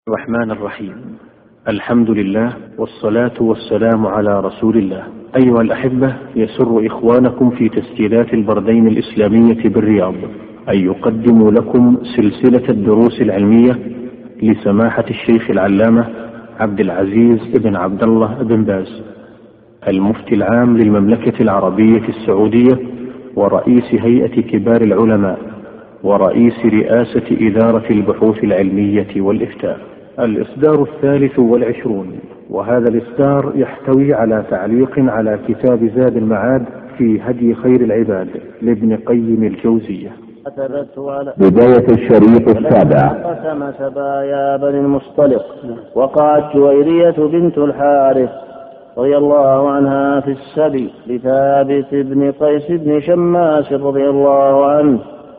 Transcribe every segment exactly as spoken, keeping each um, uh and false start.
الرحمن الرحيم. الحمد لله والصلاة والسلام على رسول الله. أيها الأحبة، يسر إخوانكم في تسجيلات البردين الإسلامية بالرياض أن يقدموا لكم سلسلة الدروس العلمية لسماحة الشيخ العلامة عبد العزيز بن عبد الله بن باز، المفتي العام للمملكة العربية السعودية ورئيس هيئة كبار العلماء ورئيس رئاسة إدارة البحوث العلمية والإفتاء. الإصدار الثالث والعشرون، وهذا الإصدار يحتوي على تعليق على كتاب زاد المعاد في هدي خير العباد لابن قيم الجوزية. بداية الشريط السابع. قسم سبايا بني المصطلق. وقعت جويرية بنت الحارث رضي الله عنها في السبي لثابت بن قيس بن شماس رضي الله عنه،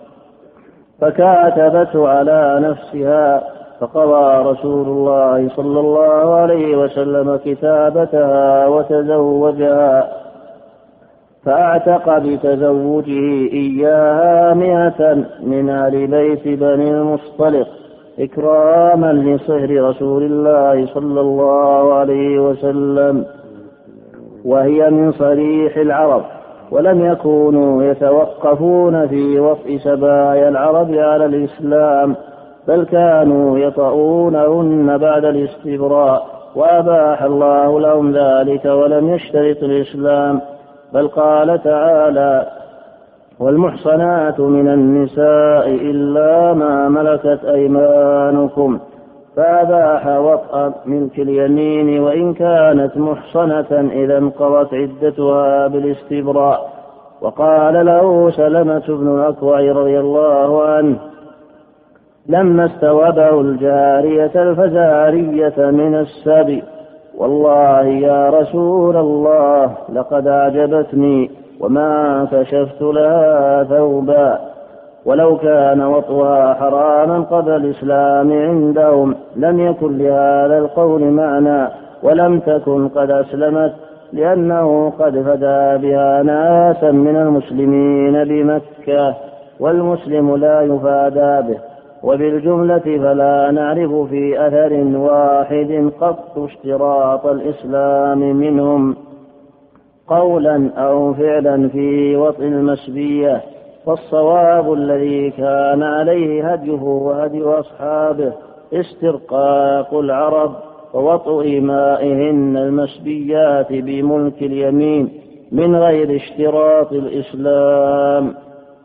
فكاتبته على نفسها، فقضى رسول الله صلى الله عليه وسلم كتابتها وتزوجها، فاعتق بتزوجه إياها مئة من آل بيت بني المصطلق إكراما لصهر رسول الله صلى الله عليه وسلم، وهي من صريح العرب، ولم يكونوا يتوقفون في وطء سبايا العرب على الإسلام، بل كانوا يطؤونهن بعد الاستبراء، وأباح الله لهم ذلك ولم يشترط الإسلام، بل قال تعالى: والمحصنات من النساء إلا ما ملكت أيمانكم، فأباح وطأ ملك اليمين وإن كانت محصنة إذا انقضت عدتها بالاستبراء. وقال له سلمة بن الأكوع رضي الله عنه لما استوده الجارية الفزارية من السبي: والله يا رسول الله لقد أعجبتني وما كشفت لها ثوبا، ولو كان وطئها حراما قبل الإسلام عندهم لم يكن لهذا القول معنى، ولم تكن قد أسلمت، لأنه قد فدى بها ناسا من المسلمين بمكة، والمسلم لا يفادى به. وبالجملة فلا نعرف في أثر واحد قط اشتراط الإسلام منهم قولا أو فعلا في وطئ المسبية، فالصواب الذي كان عليه هديه وهدي أصحابه استرقاق العرب ووطئ إمائهن المسبيات بملك اليمين من غير اشتراط الإسلام.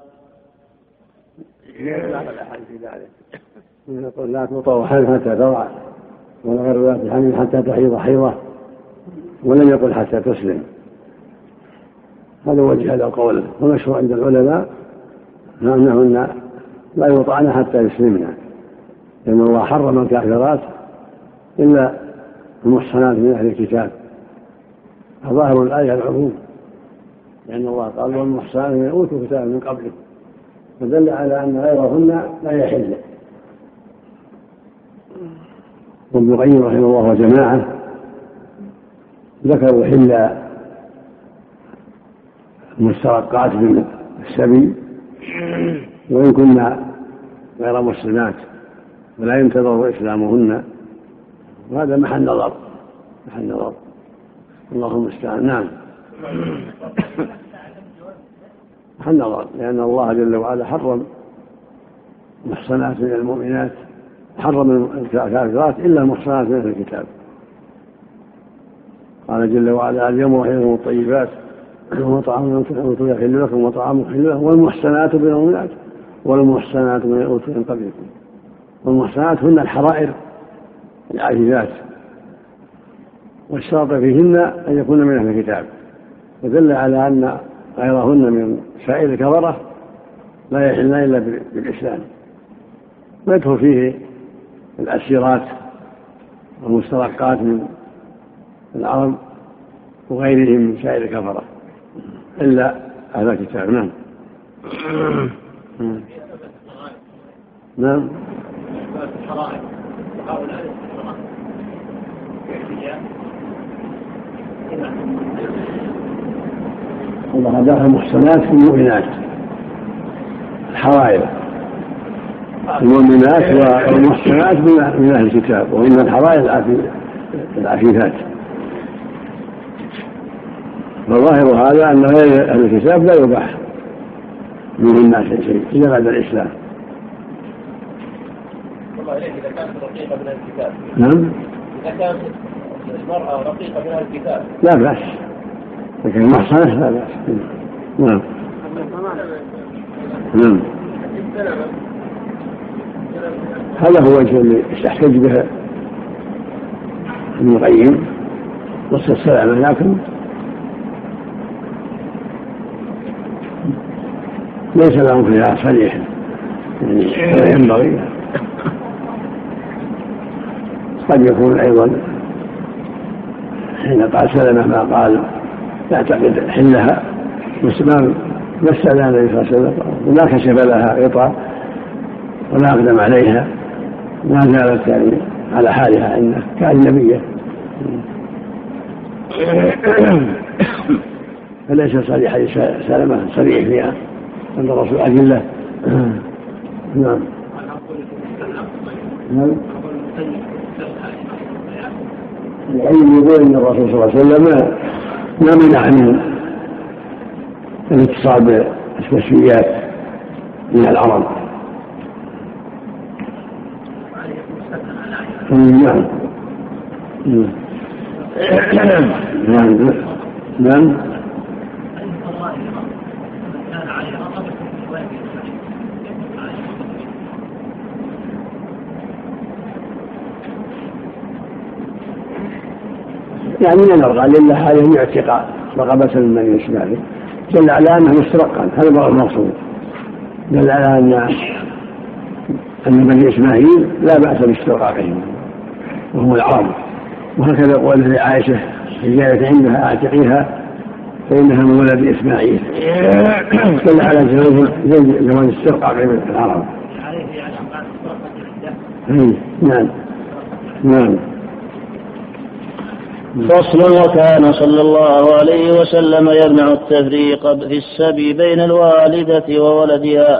يقول لا تطوع حتى تضع، ولا غير ذات الحمل حتى تحيض حيضة، ولم يقل حتى تسلم. هذا وجه هذا القول، ومشهور عند العلماء أنهن لا يطعن حتى يسلمن، لأن الله حرم الكافرات إلا المحصنات من أهل الكتاب، فظاهر الآية العموم، لأن الله قال والمحصنات من أوتوا كتاب من قبله، فدل على أن غيرهن لا يحل. وابن القيم رحمه الله وجماعة ذكروا حل المسترقات بالسبي وإن كنا غير مسلمات ولا ينتظر إسلامهن، وهذا محل نظر محل نظر اللهم المستعان. نعم، محل نظر، لأن الله جل وعلا حرم المحصنات من المؤمنات، حرم الكافرات إلا المحصنات من الكتاب. قال جل وعلا: اليوم أحل الطيبات وطعام يحل لكم وطعام يحل لكم والمحصنات من المؤمنات والمحصنات من أوتوا من قبلكم. والمحصنات هن الحرائر العفيفات، والشرط فيهن أن يكون من أهل الكتاب، ودل على أن غيرهن من سائر الكفرة لا يحلن إلا بالإسلام، ويدخل فيه الأسيرات والمسترقات من العرب وغيرهم من سائر الكفرة إلا أهل الكتاب. نعم. نعم. الله هداها المحسنات في المؤمنات الحرائر المؤمنات والمحسنات من أهل الكتاب، وإن الحرائر العفيفات. فظاهر هذا أن غير أهل الكتاب لا يباح منهن شيء إلا بعد الإسلام. إذا كانت رقيقة من الكتاب. نعم. إذا كانت المرأة رقيقة من الكتاب. لا بأس. لكن المحصنة لا بأس. نعم. نعم. هذا هو الوجه اللي يحتج به ابن القيم نص السلامة، لكن ليس لهم فيها صريح يعني ينبغي. قد يكون أيضا حين قال سلمة ما قال يعتقد حلها مسلم بس على النبي صلى الله عليه وسلم وما كشف لها غطاء ولا أقدم عليها، ما زالت يعني على حالها عنده كأجنبية، فليس صريح حديث سلمة صريح فيها عند الرسول أجله. نعم. نعم. العلم يقول ان الرسول صلى الله عليه وسلم ما منع من الاتصال بالتسميات من العرب. نعم. نعم. نعم. يعني من الأرغال لله عليهم اعتقاء رغبة من إسماعيل دل على أنه مسترقا، هذا هو المقصود. دل على أن أن بني إسماعيل لا بأس باسترقاقهم وهم العرب، وهكذا يقول لعائشة حجاية عندها أعتقيها فإنها من ولد إسماعيل، دل على زواج استرقاق من العرب. نعم. نعم. فصل. وكان صلى الله عليه وسلم يمنع التفريق في السبي بين الوالدة وولدها.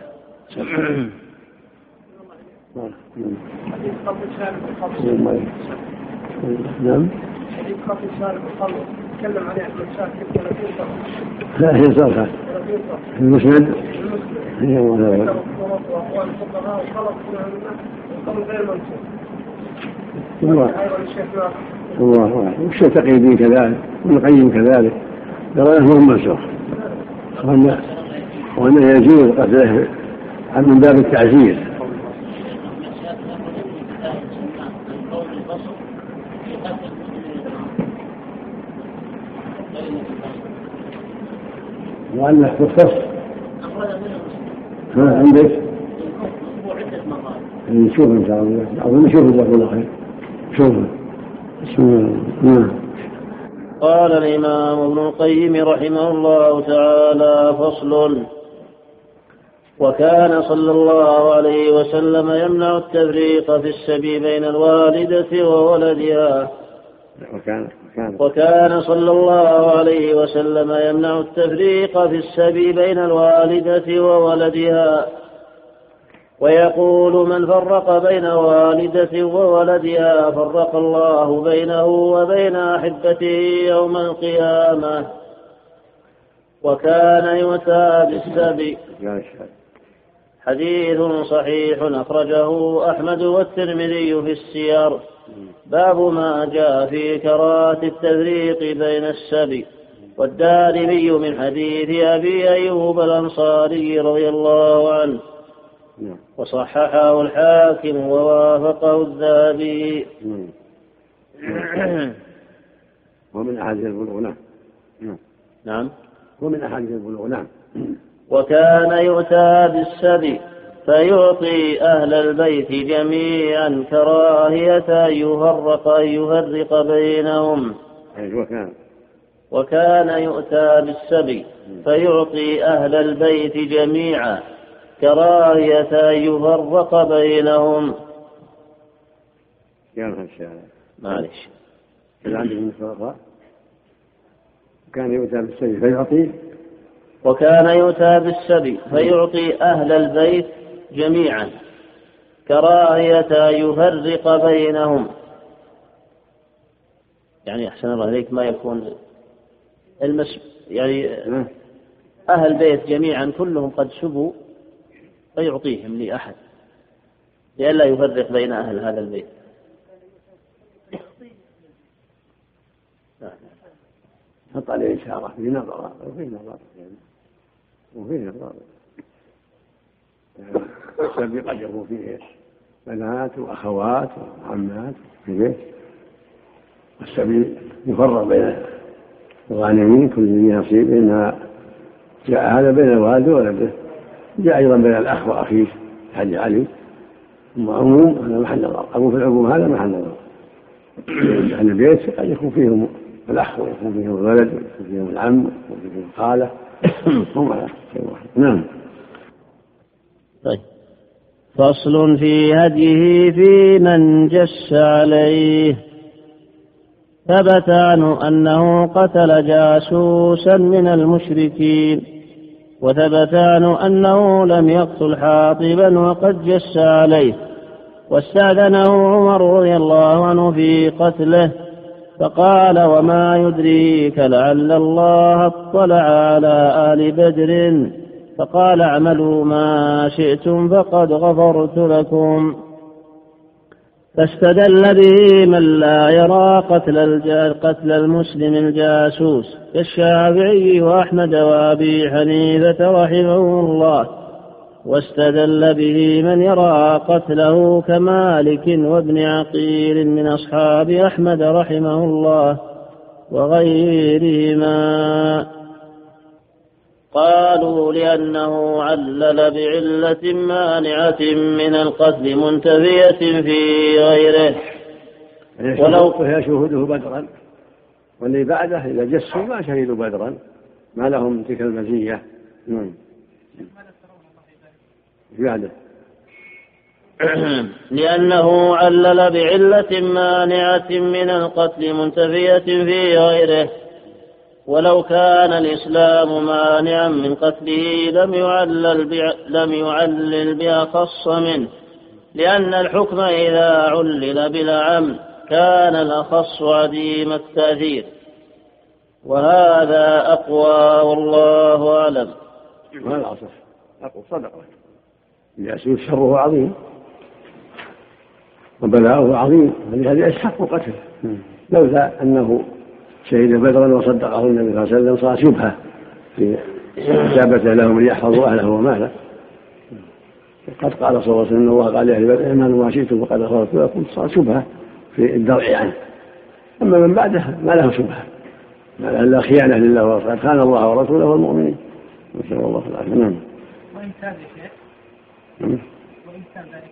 نعم. لا هي صرخة المسند هي الله الله وش تقييدين كذلك ابن القيم كذلك يرى هو منسوخ وأن وأنه يجوز قتله من باب التعزير. وأنك تختص عندك نشوف إن شاء الله أظن نشوف جزاكم الله خير. شوف بسم الله. قال الإمام ابن القيم رحمه الله تعالى: فصل. وكان صلى الله عليه وسلم يمنع التفريق في السبي بين الوالدة وولدها. وكان وكان صلى الله عليه وسلم يمنع التفريق في السبي بين الوالدة وولدها، ويقول: من فرق بين والدة وولدها فرق الله بينه وبين أحبته يوم القيامة. وكان يؤتى بالسبي. حديث صحيح أخرجه أحمد والترمذي في السير، باب ما جاء في كراهة التفريق بين السبي. والدارمي من حديث أبي أيوب الأنصاري رضي الله عنه، وصححه الحاكم ووافقه الذهبي. ومن أحاديث البلوغ. نعم. نعم. ومن أحاديث البلوغ. نعم. وكان يؤتى بالسبي فيعطي أهل البيت جميعا كراهية أن يفرق أن يفرق بينهم. وكان وكان يؤتى بالسبي فيعطي أهل البيت جميعا كراهية أن يفرق بينهم. معلش. كان يؤتى بالسبي فيعطي وكان يؤتى بالسبي فيعطي أهل البيت جميعا كراهية يفرق بينهم. يعني أحسن الله إليك ما يكون المس يعني أهل بيت جميعا كلهم قد سبوا فيعطيهم لأحد لئلا يفرق بين أهل هذا البيت. حط عليه إشارة في نظرة وفي نظرة وفي نظرة السبي قد يكون فيه بنات وأخوات وعمات في البيت، والسبي يفرق بين الغانمين كل ذي نصيب، إنها جاء هذا بين الوالد وولده، جاء أيضا بين الأخ وأخيه حج علي. ثم عموم هذا محل نظر، أبو في العموم هذا محل نظر. أهل البيت قد يكون فيهم الأخ ويكون فيهم الولد ويكون فيهم العم ويكون فيهم الخالة هم على شيء واحد. نعم. طيب. فصل في هديه في من جس عليه. ثبت عنه أنه قتل جاسوسا من المشركين، وثبت عنه أنه لم يقتل حاطبا وقد جس عليه، واستأذنه عمر رضي الله عنه في قتله فقال: وما يدريك لعل الله اطلع على آل بدر، فقال: اعملوا ما شئتم فقد غفرت لكم. فاستدل به من لا يرى قتل, قتل المسلم الجاسوس كالشافعي وأحمد وأبي حنيفة رحمه الله، واستدل به من يرى قتله كمالك وابن عقيل من أصحاب أحمد رحمه الله وغيرهما. قالوا لأنه علل بعلة مانعة من القتل منتفية في غيره، ولو هي شهوده بدرا، واللي بعده إذا جسوا ما شهدوا بدرا ما لهم تلك المزية. لأنه علل بعلة مانعة من القتل منتفية في غيره، ولو كان الإسلام مانعا من قتله لم يعلل, لم يعلل بأخص منه، لأن الحكم إذا علل بالعم كان الأخص عديم التأثير، وهذا أقوى والله أعلم. هذا أصح أقوى صدقه. الجاسوس شره عظيم وبلاؤه عظيم، هذه يستحق قتله، لولا أنه شهد بدرا وصدقه النبي صلى الله عليه وسلم صار شبهة في إجابته لهم ليحفظوا أهله وماله. قد قال صلى الله عليه وسلم إن الله قال لأهل بدر اعملوا ما شئتم فقد غفرت لكم، صار شبهة في الدرع عنه. أما من بعده ما له شبهة، ما له إلا خيانة لله ورسوله، خان الله ورسوله والمؤمنين، نسأل الله العافية. نعم. وإن كان شيء وإن كان ذلك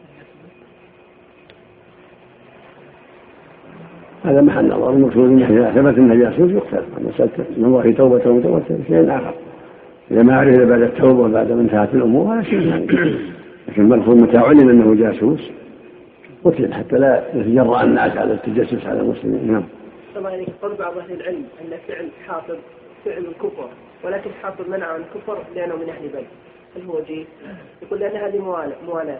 هذا محل نظر. المقصود أنه ثبت أنه جاسوس يقتل، مسألة من الله توبة وتوبة شيء آخر. إذا ما عرف بعد التوبة وبعد ما انتهت الأمور هذا شيء ثاني، لكن المقصود متى علم أنه جاسوس قتل حتى لا يتجرأ الناس على التجسس على المسلمين. نعم. طبعا يقول بعض أهل العلم أن فعل حاطب فعل الكفر، ولكن حاطب منع عن الكفر لأنه من أهل بدر، هل هو وجيه؟ يقول لأن هذه موالاه.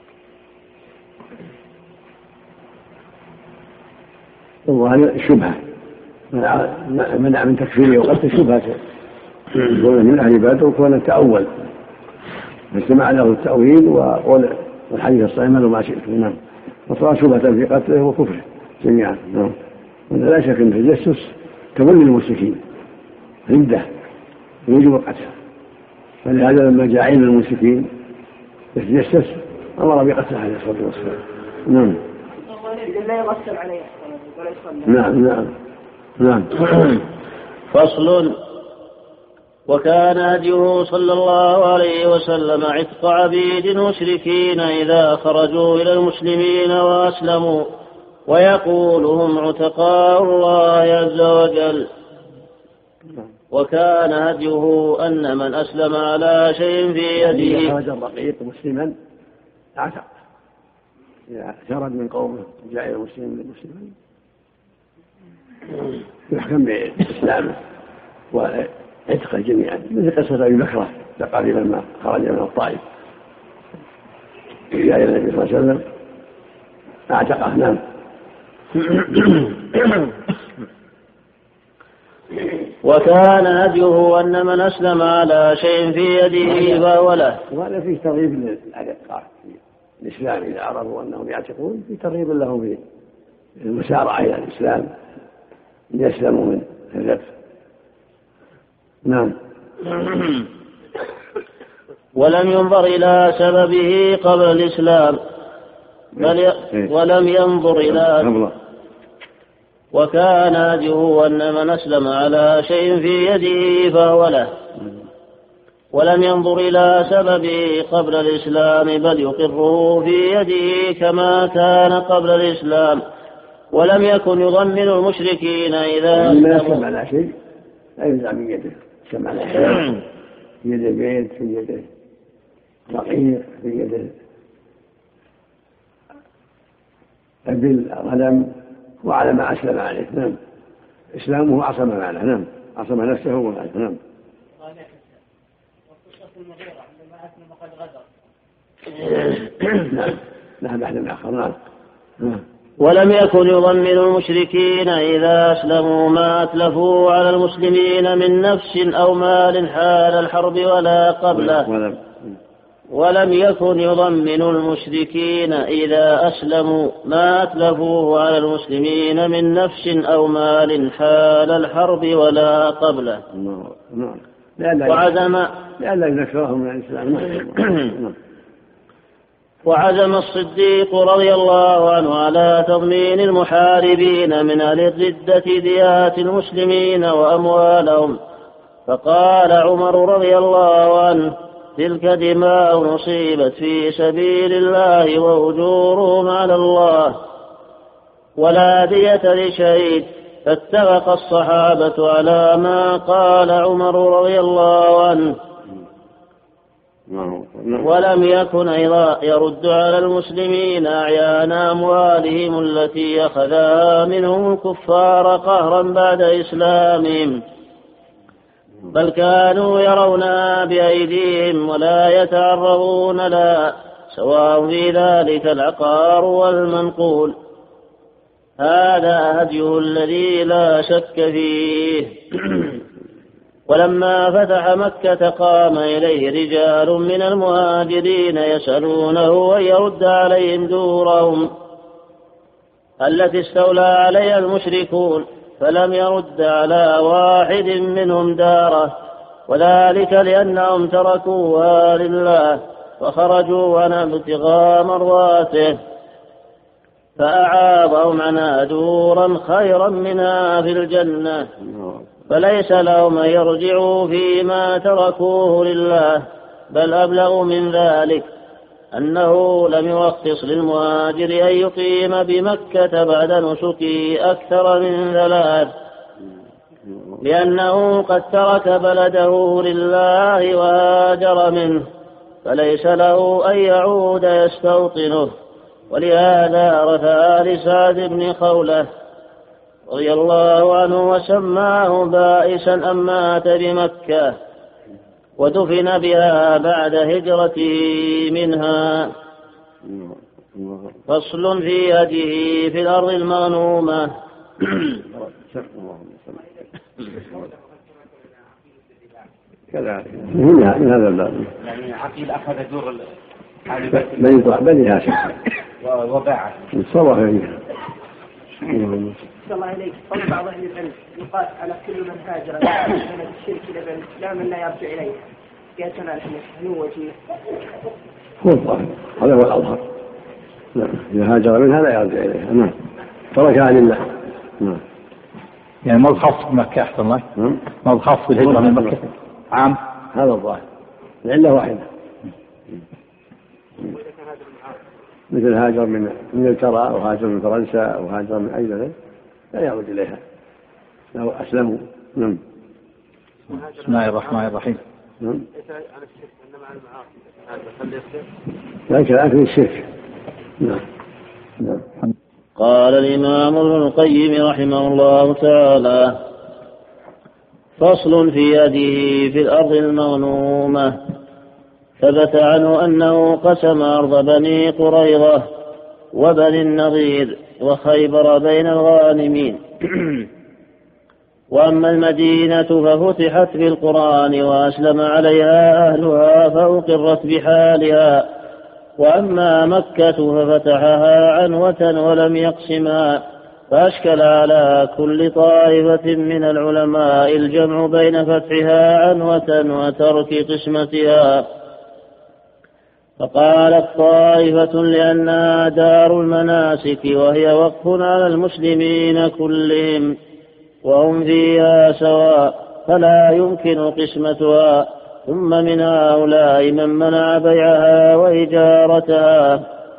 والله شبهة منع من تكفيره وقتل شبهة يكون من أهل بدر وكون التأول فاجتمع له التأويل والحديث الصحيح اعملوا ما شئتم. نعم. وصار شبهة في قتله وكفره جميعا. نعم. لا شك أن التجسس تولي المشركين عنده يجب القتل، فلهذا لما جاء علم المشركين يتجسس أمر بقتله عليه الصلاة والسلام. نعم. لا يغسل عليه. نعم نعم نعم. فصل. وكان هديه صلى الله عليه وسلم عتق عبيد مشركين إذا خرجوا إلى المسلمين وأسلموا، ويقول هم عتقاء الله عز وجل. وكان هديه أن من أسلم على شيء في يده خرج الرقيق مسلما اعتق، إذا شرد من قومه جاء إلى المسلمين المسلمين يحكم بإسلامه وعتقه جميعا، مثل قصة أبي بكر تقريبا لما خرج من الطائف إلى النبي صلى الله عليه وسلم أعتقه. نعم. وكان هديه أن من أسلم على شيء في يده فهو له. وهذا فيه ترغيب للأعتقاء في الإسلام إذا عرفوا أنهم يعتقون، في ترغيب لهم في المسارعة إلى الإسلام ليسلموا من الربح. نعم. ولم ينظر إلى سببه قبل الإسلام بل ي... ولم ينظر إلى وكان هديه أن من أسلم على شيء في يده فهو له، ولم ينظر إلى سببه قبل الإسلام بل يقره في يده كما كان قبل الإسلام، ولم يكن يضمن المشركين إذا أسلم على شيء لا ينزع من يده، أسلم على شيء في يده بيت، في يده فقير، في يده أبل غنم، وعلى ما أسلم عليه. نعم. إسلامه عصم ماله. نعم. عصم نفسه وماله. نعم. نعم. نعم. أحد آخر. نعم. ولم يكن يضمن المشركين إذا أسلموا ما أتلفوا على المسلمين من نفس أو مال حال الحرب ولا قبله. ولم يكن يضمن المشركين إذا أسلموا ما أتلفوه على المسلمين من نفس أو مال حال الحرب ولا قبله. وعزم لئلا ينفرهم من الإسلام. وعزم الصديق رضي الله عنه على تضمين المحاربين من أهل الردة ديات المسلمين وأموالهم، فقال عمر رضي الله عنه: تلك دماء نصيبت في سبيل الله وأجورهم على الله، ولا دية لشهيد. فاتفق الصحابة على ما قال عمر رضي الله عنه، ولم يكن أيضا يرد على المسلمين أعيان أموالهم التي أخذها منهم الكفار قهرا بعد إسلامهم، بل كانوا يرونها بأيديهم ولا يتعرضون لها، سواء في ذلك العقار والمنقول. هذا هديه الذي لا شك فيه. ولما فتح مكة قام إليه رجال من المهاجرين يسألونه أن يرد عليهم دورهم التي استولى عليها المشركون، فلم يرد على واحد منهم داره، وذلك لأنهم تركوها لله وخرجوا عن ابتغاء مرضاته، فأعاضهم عنها دورا خيرا منها في الجنة، فليس لهم أن يرجعوا فيما تركوه لله، بل أبلغ من ذلك أنه لم يرخص للمهاجر أن يقيم بمكة بعد نسكه أكثر من ثلاث، لأنه قد ترك بلده لله وهاجر منه، فليس له أن يعود يستوطنه. ولهذا رثى لسعد بن خولة رضي الله عنه وسماه بائسا أن مات بمكة، ودفن بها بعد هجرته منها. فصل في هديه في الأرض المغنومة. كذلك من هذا الباب يعني عقيل أخذ دور بني بني هاشم وباعه الصبر يعني. الله إليك. قول بعض أهل العلم يقال على كل من هاجر من الشرك إلى الإسلام لا يرجع إليه، قياسنا نحن هل هو وجيه؟ هو الظاهر، هذا هو الأظهر. نعم. إذا هاجر منها لا يرجع إليها. نعم. تركها لله. نعم. يعني ما الخاص بمكة أحسن الله؟ نعم. ما الخاص بالهجرة من مكة؟ عام. هذا الظاهر. العلة واحدة. مثل هاجر من انجلترا أو هاجر من فرنسا أو هاجر من أي بلد لا يعود إليها لو أسلموا. نعم. بسم الله الرحمن الرحيم. نعم. لكن الآن الشرك. نعم. نعم. قال الإمام ابن القيم رحمه الله تعالى: فصل في يده في الأرض المغنومة. ثبت عنه أنه قسم أرض بني قريظة وبني النضير وخيبر بين الغانمين. وأما المدينة ففتحت بالقرآن وأسلم عليها أهلها فأقرت بحالها. وأما مكة ففتحها عنوة ولم يقسمها، فأشكل على كل طائفة من العلماء الجمع بين فتحها عنوة وترك قسمتها. فقالت طائفة لأنها دار المناسك وهي وقف على المسلمين كلهم وهم فيها سواء فلا يمكن قسمتها. ثم من هؤلاء من منع بيعها وإجارتها،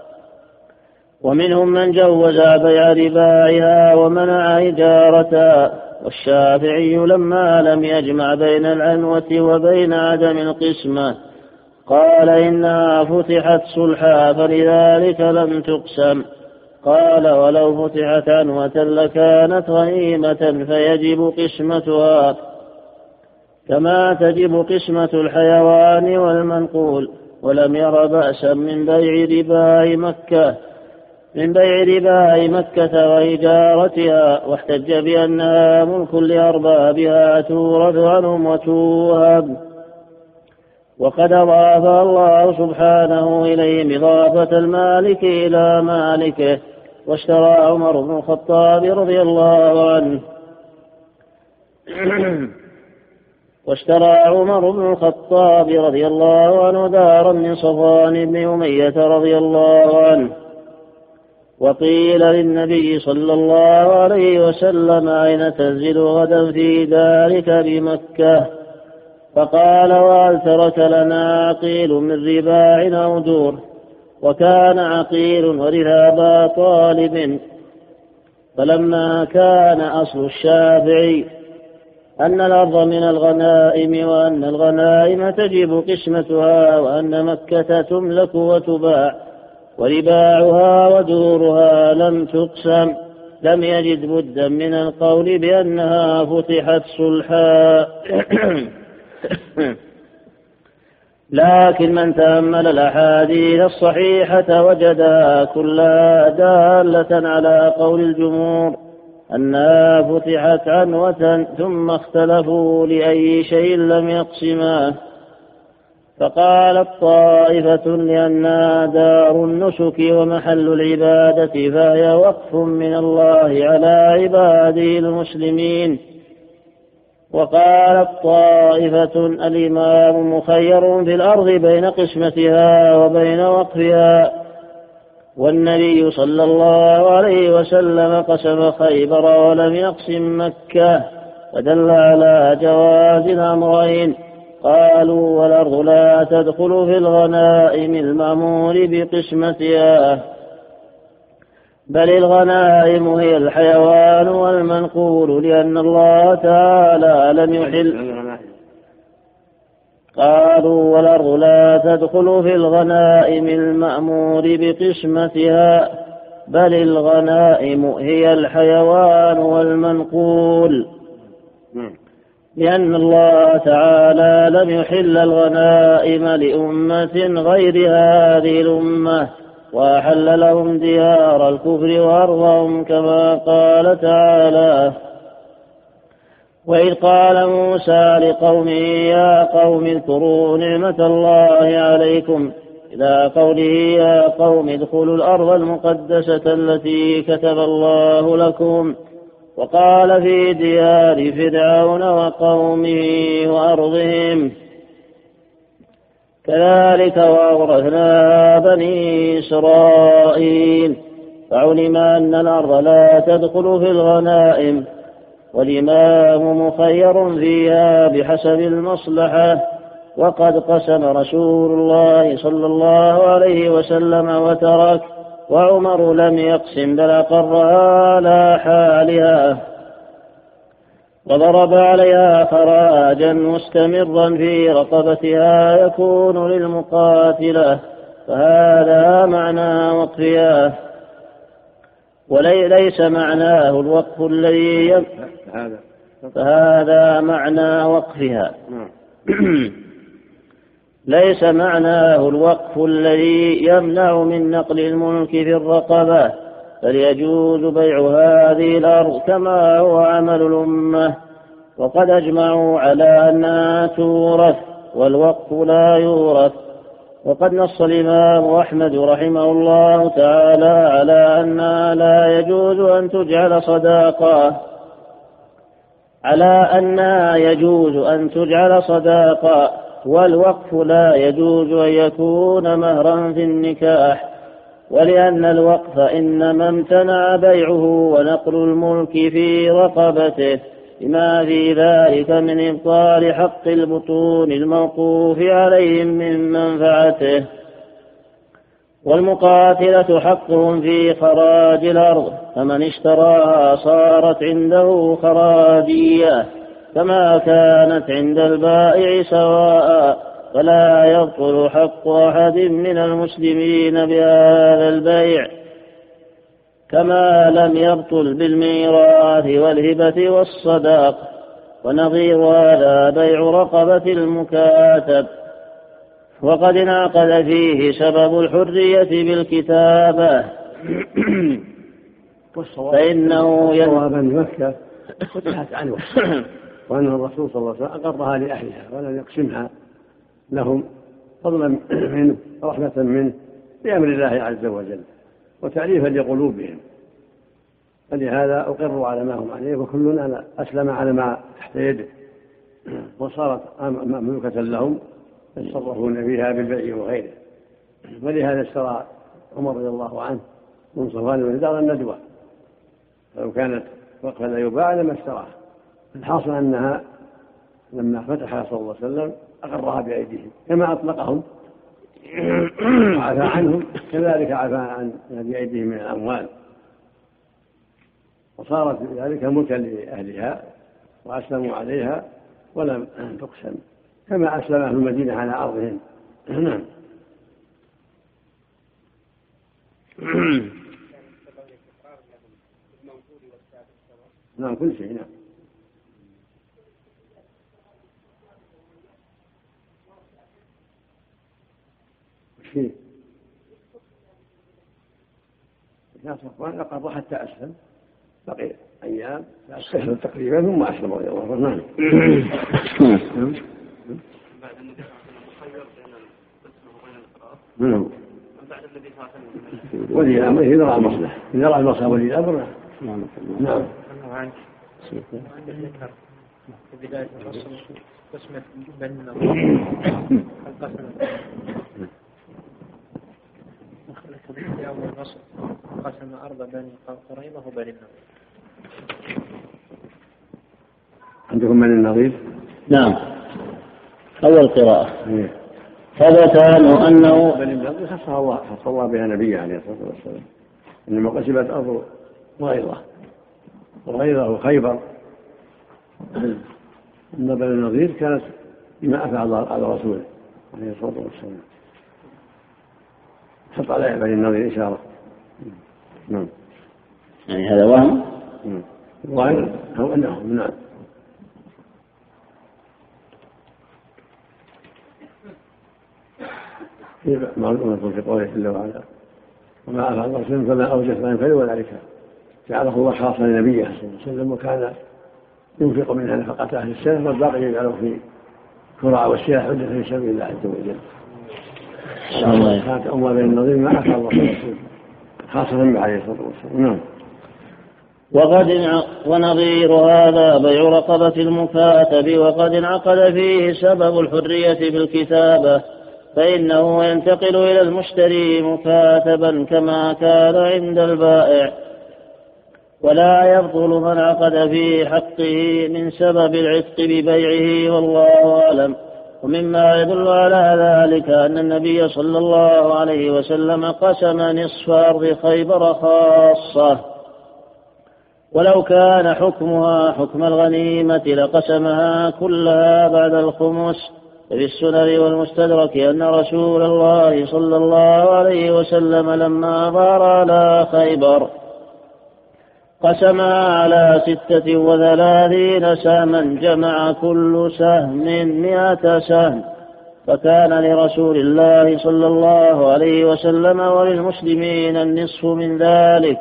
ومنهم من جوز بيع رباعها ومنع إجارتها. والشافعي لما لم يجمع بين العنوة وبين عدم القسمة قال إنها فتحت صلحا فلذلك لم تقسم. قال ولو فتحت عنوة لكانت غنيمة فيجب قسمتها كما تجب قسمة الحيوان والمنقول. ولم ير بأسا من بيع رباع مكة من بيع رباع مكة وإجارتها، واحتج بأنها ملك لأربابها تورث عنهم وتوهب. وقد أضاف الله سبحانه إليهم إضافة المالك إلى مالكه. واشترى عمر بن الخطاب رضي الله عنه واشترى عمر بن الخطاب رضي الله عنه دارا من صفوان بن أمية رضي الله عنه. وقيل للنبي صلى الله عليه وسلم أين تنزل غدا في دارك بمكة؟ فقال وهل ترك لنا عقيل من رباع أو دور؟ وكان عقيل ورث طالب. فلما كان أصل الشافعي أن الأرض من الغنائم وأن الغنائم تجب قسمتها وأن مكة تملك وتباع ورباعها ودورها لم تقسم، لم يجد بدا من القول بأنها فتحت صلحا. لكن من تأمل الأحاديث الصحيحة وجدها كلها دالة على قول الجمهور أنها فتحت عنوة، ثم اختلفوا لأي شيء لم يقسماه. فقالت طائفة لأنها دار النسك ومحل العبادة فهي وقف من الله على عباده المسلمين. وقالت طائفة الإمام مخير في الأرض بين قسمتها وبين وقفها، والنبي صلى الله عليه وسلم قسم خيبر ولم يقسم مكة، ودل على جواز الأمرين. قالوا والأرض لا تدخل في الغنائم المأمور بقسمتها، بل الغنائم هي الحيوان والمنقول، لأن الله تعالى لم يحل. قالوا والأرض لا تدخل في الغنائم المأمور بقسمتها، بل الغنائم هي الحيوان والمنقول، لأن الله تعالى لم يحل الغنائم لأمة غير هذه الأمة، وأحل لهم ديار الكفر وأرضهم كما قال تعالى: وإذ قال موسى لقومه يا قوم اذكروا نعمة الله عليكم، إلى قوله يا قوم ادخلوا الأرض المقدسة التي كتب الله لكم. وقال في ديار فرعون وقومه وأرضهم. كذلك وأورثنا بني إسرائيل. فعلم أن الأرض لا تدخل في الغنائم، والإمام مخير فيها بحسب المصلحة. وقد قسم رسول الله صلى الله عليه وسلم وترك، وعمر لم يقسم بل أقرها على حالها، وضرب عليها خراجا مستمرا في رقبتها يكون للمقاتلة، فهذا معنى وقفها، وليس معناه الوقف الذي يم... فهذا معنى وقفها. ليس معناه الوقف الذي يمنع من نقل الملك في الرقبة، بل يجوز بيع هذه الأرض كما هو عمل الأمة، وقد أجمعوا على أنها تورث والوقف لا يورث. وقد نص الإمام أحمد رحمه الله تعالى على أنها لا يجوز أن تجعل صداقة على أنها يجوز أن تجعل صداقة والوقف لا يجوز أن يكون مهرا في النكاح، ولأن الوقف إنما امتنع بيعه ونقل الملك في رقبته لما في ذلك من إبطال حق البطون الموقوف عليهم من منفعته. والمقاتلة حقهم في خراج الأرض، فمن اشتراها صارت عنده خراجية كما كانت عند البائع سواء، فلا يبطل حق أحد من المسلمين بهذا البيع، كما لم يبطل بالميراث والهبة والصداق. ونظير هذا بيع رقبة المكاتب، وقد انعقد فيه سبب الحرية بالكتابة فإنه ينوى بني مكة فتحت عنه، وأن الرسول صلى الله عليه وسلم أقرها لأهلها ولم يقسمها لهم فضلا منه ورحمة منه بأمر الله عز وجل وتأليفا لقلوبهم. فلهذا أقروا على ما هم عليه، وكلنا أسلم على ما تحت يده، وصارت مملوكة لهم يتصرفون فيها بالبيع وغيره. ولهذا اشترى عمر رضي الله عنه من صفوان بن دار الندوة، فلو كانت وقفا لا يباع لما اشتراها. الحاصل أنها لما فتحها صلى الله عليه وسلم أقرها بأيديهم كما أطلقهم وعفى عنهم، كذلك عفى عن بأيديهم من الأموال، وصارت ذلك ملكا لأهلها وأسلموا عليها ولم تقسم، كما أسلم أهل المدينة على أرضهم. نعم. نعم كل شيء. نعم. وشي لا صفوان لقد حتى أسلم، بقي أيام أسلم تقريبا ثم أسلم رضي الله عنه. بعد النبي صلى الله عليه وسلم خير بين القسم وبين القراءة. نعم. بعد النبي صلى الله عليه وسلم ولي الأمر إذا رأى المصلحة، إذا رأى المصلحة ولي الأمر. نعم. نعم. عنك عندك ذكر في بداية الفصل قسمة بني النضير القسم في أول الفصل قسم أرض بني قريظة وبني النضير. عندكم بني النضير؟ نعم. أول قراءة ثبت عنه أنه بني النضير خصها الله خص الله بها نبيه عليه الصلاة والسلام، إنما قسمت أرض غيظة وغيره وخيبر. أن بني النضير كانت بما أفعل الله على رسوله عليه الصلاة والسلام، حط عليها بني النضير إشارة. نعم. يعني هذا وهم ظاهر أو أنه نعم. معلومة في قوله جل وعلا وما أفعل الله رسوله فما أوجس ما ينفعل وذلك جعله الله خاصا لنبيه صلى الله عليه وسلم، وكان ينفق منها نفقة أهل السنة والباقي يجعله في كراء والسلاح حجة في سبيل الله عز وجل. كانت أموال بين النظير ما أفعل الله رسوله خاصة به عليه الصلاة والسلام. نعم. وقد ونظير هذا بيع رقبة المكاتب، وقد انعقد فيه سبب الحرية بالكتابة، فإنه ينتقل إلى المشتري مكاتبا كما كان عند البائع، ولا يبطل من عقد في حقه من سبب العتق ببيعه، والله أعلم. ومما يدل على ذلك أن النبي صلى الله عليه وسلم قسم نصف أرض خيبر خاصة، ولو كان حكمها حكم الغنيمة لقسمها كلها بعد الخمس. في السنن والمستدرك أن رسول الله صلى الله عليه وسلم لما ظهر على خيبر قسمها على ستة وثلاثين سهما، جمع كل سهم مئة سهم، فكان لرسول الله صلى الله عليه وسلم وللمسلمين النصف من ذلك،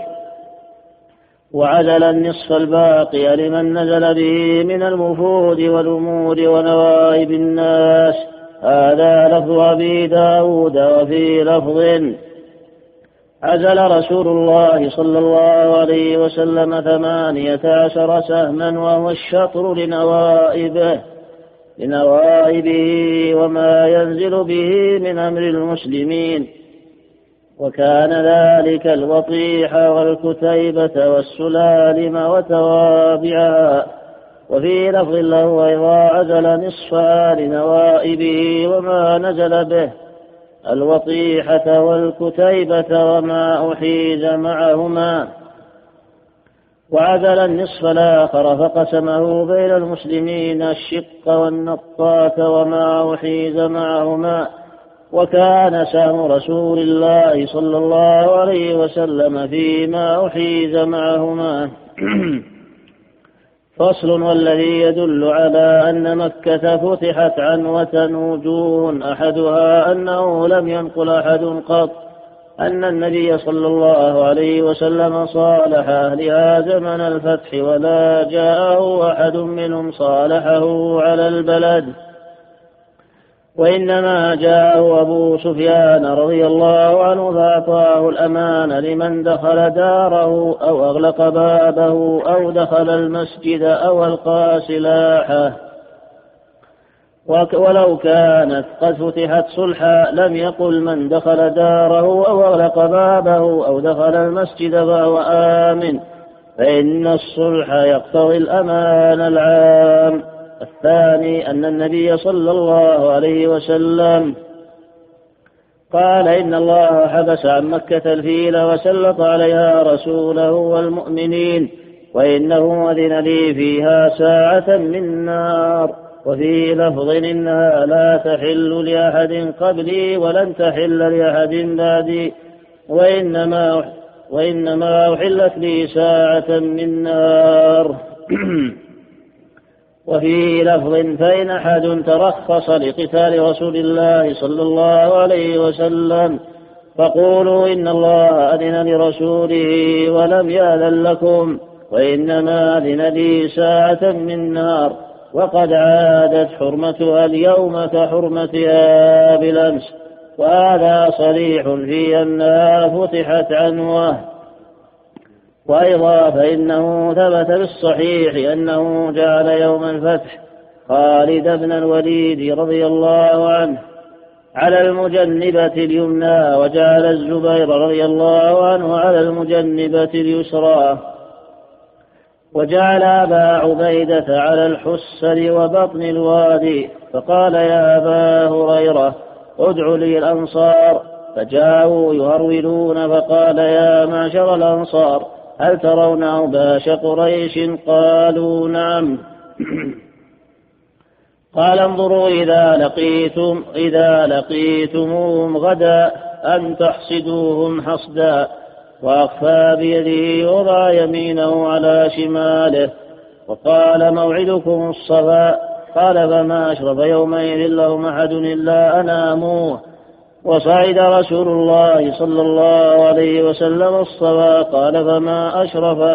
وعزل النصف الباقي لمن نزل به من الوفود والأمور ونوائب الناس. هذا لفظ أبي داود. وفي لفظ عزل رسول الله صلى الله عليه وسلم ثمانية عشر سهما وهو الشطر لنوائبه لنوائبه وما ينزل به من أمر المسلمين، وكان ذلك الوطيح والكتيبة والسلالم وتوابعها. وفي لفظ له أيضا عزل نصفها لنوائبه وما نزل به، الوطيحة والكتيبة وما أحيز معهما. وعزل النصف الآخر فقسمه بين المسلمين الشق والنطاة وما أحيز معهما، وكان سهم رسول الله صلى الله عليه وسلم فيما أحيز معهما. فصل. والذي يدل على أن مكة فتحت عنوة وجوه، أحدها أنه لم ينقل أحد قط أن النبي صلى الله عليه وسلم صالح أهلها زمن الفتح، ولا جاءه أحد منهم صالحه على البلد، وإنما جاءه أبو سفيان رضي الله عنه فأعطاه الأمان لمن دخل داره أو أغلق بابه أو دخل المسجد أو ألقى سلاحه. ولو كانت قد فتحت صلحا لم يقل من دخل داره أو أغلق بابه أو دخل المسجد فهو آمن، فإن الصلح يقتضي الأمان العام. الثاني أن النبي صلى الله عليه وسلم قال إن الله حبس عن مكة الفيل وسلط عليها رسوله والمؤمنين، وإنه أذن لي فيها ساعة من نار. وفي لفظ إنها لا تحل لأحد قبلي ولن تحل لأحد بعدي، وإنما وإنما أحلت لي ساعة من نار. وفي لفظ فإن أحد ترخص لقتال رسول الله صلى الله عليه وسلم فقولوا إن الله أذن لرسوله ولم يأذن لكم، وإنما أذن لي ساعة من نار، وقد عادت حرمتها اليوم كحرمتها بالأمس. وهذا صريح في أنها فتحت عنوة. وأيضا فإنه ثبت بالصحيح أنه جعل يوم الفتح خالد بن الوليد رضي الله عنه على المجنبة اليمنى، وجعل الزبير رضي الله عنه على المجنبة اليسرى، وجعل أبا عبيدة على الحسر وبطن الوادي. فقال يا أبا هريرة ادع لي الأنصار، فجاءوا يهرولون، فقال يا معشر الأنصار هل ترون أوباش قريش؟ قالوا نعم. قال انظروا إذا لقيتم إذا لقيتموهم غدا أن تحصدوهم حصدا. وأخفى بيده وضع يمينه على شماله، وقال موعدكم الصفا. قال فما أشرف يومئذ لهم أحد إلا أناموه. وصعد رسول الله صلى الله عليه وسلم الصفا. قال فما أشرف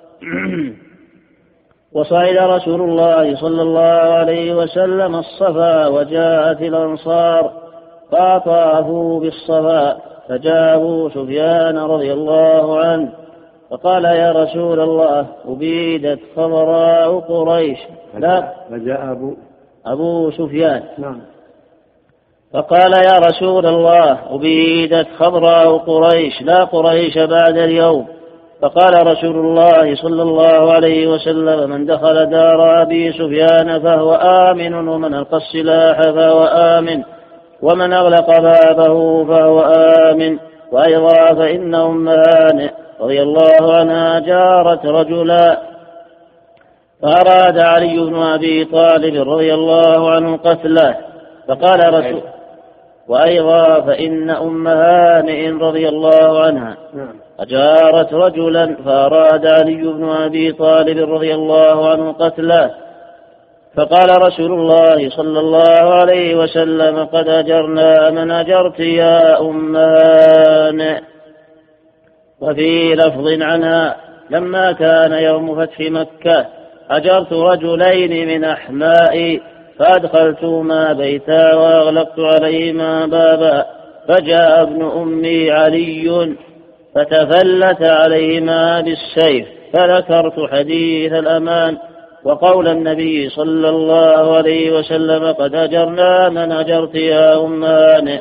وصعد رسول الله صلى الله عليه وسلم الصفا، وجاءت الأنصار فطافوا بالصفا، فجاء أبو سفيان رضي الله عنه فقال يا رسول الله أبيدت خضراء قريش. لا فجاء أبو أبو سفيان نعم فقال يا رسول الله أبيدت خضراء قريش لا قريش بعد اليوم. فقال رسول الله صلى الله عليه وسلم من دخل دار أبي سفيان فهو آمن، ومن ألقى السلاح فهو آمن، ومن أغلق بابه فهو آمن. وأيضا فإن أم هانئ رضي الله عنها جارت رجلا، فأراد علي بن أبي طالب رضي الله عنه قتله، فقال رسول وأيضا فإن أم هانئ رضي الله عنها أجارت رجلا، فأراد علي بن أبي طالب رضي الله عنه قتله، فقال رسول الله صلى الله عليه وسلم: قد أجرنا من أجرت يا أم هانئ. وفي لفظ عنها: لما كان يوم فتح مكة أجرت رجلين من أحمائي فأدخلتهما بيتا وأغلقت عليهما بابا، فجاء ابن أمي علي فتفلت عليهما بالسيف، فذكرت حديث الأمان وقول النبي صلى الله عليه وسلم: قد أجرنا من أجرت يا أم هانئ.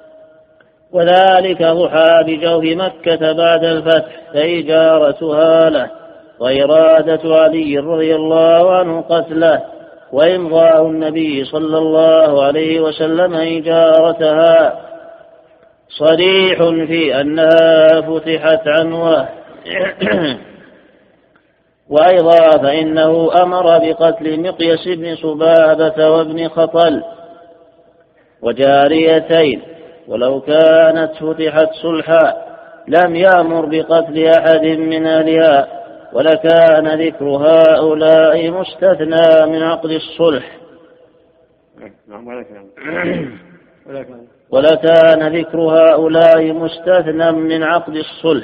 وذلك ضحى بجوف مكة بعد الفتح، فإجارتها له، وإرادة علي رضي الله عنه قتله، وإمضاء النبي صلى الله عليه وسلم إجارتها صريح في أنها فتحت عنوه. وأيضا فإنه أمر بقتل مقيس بن صبابة وابن خطل وجاريتين، ولو كانت فتحت صلحا لم يأمر بقتل أحد من أهلها، ولكان ذكر هؤلاء مستثنى من عقد الصلح ولكان ذكر هؤلاء مستثنى من عقد الصلح.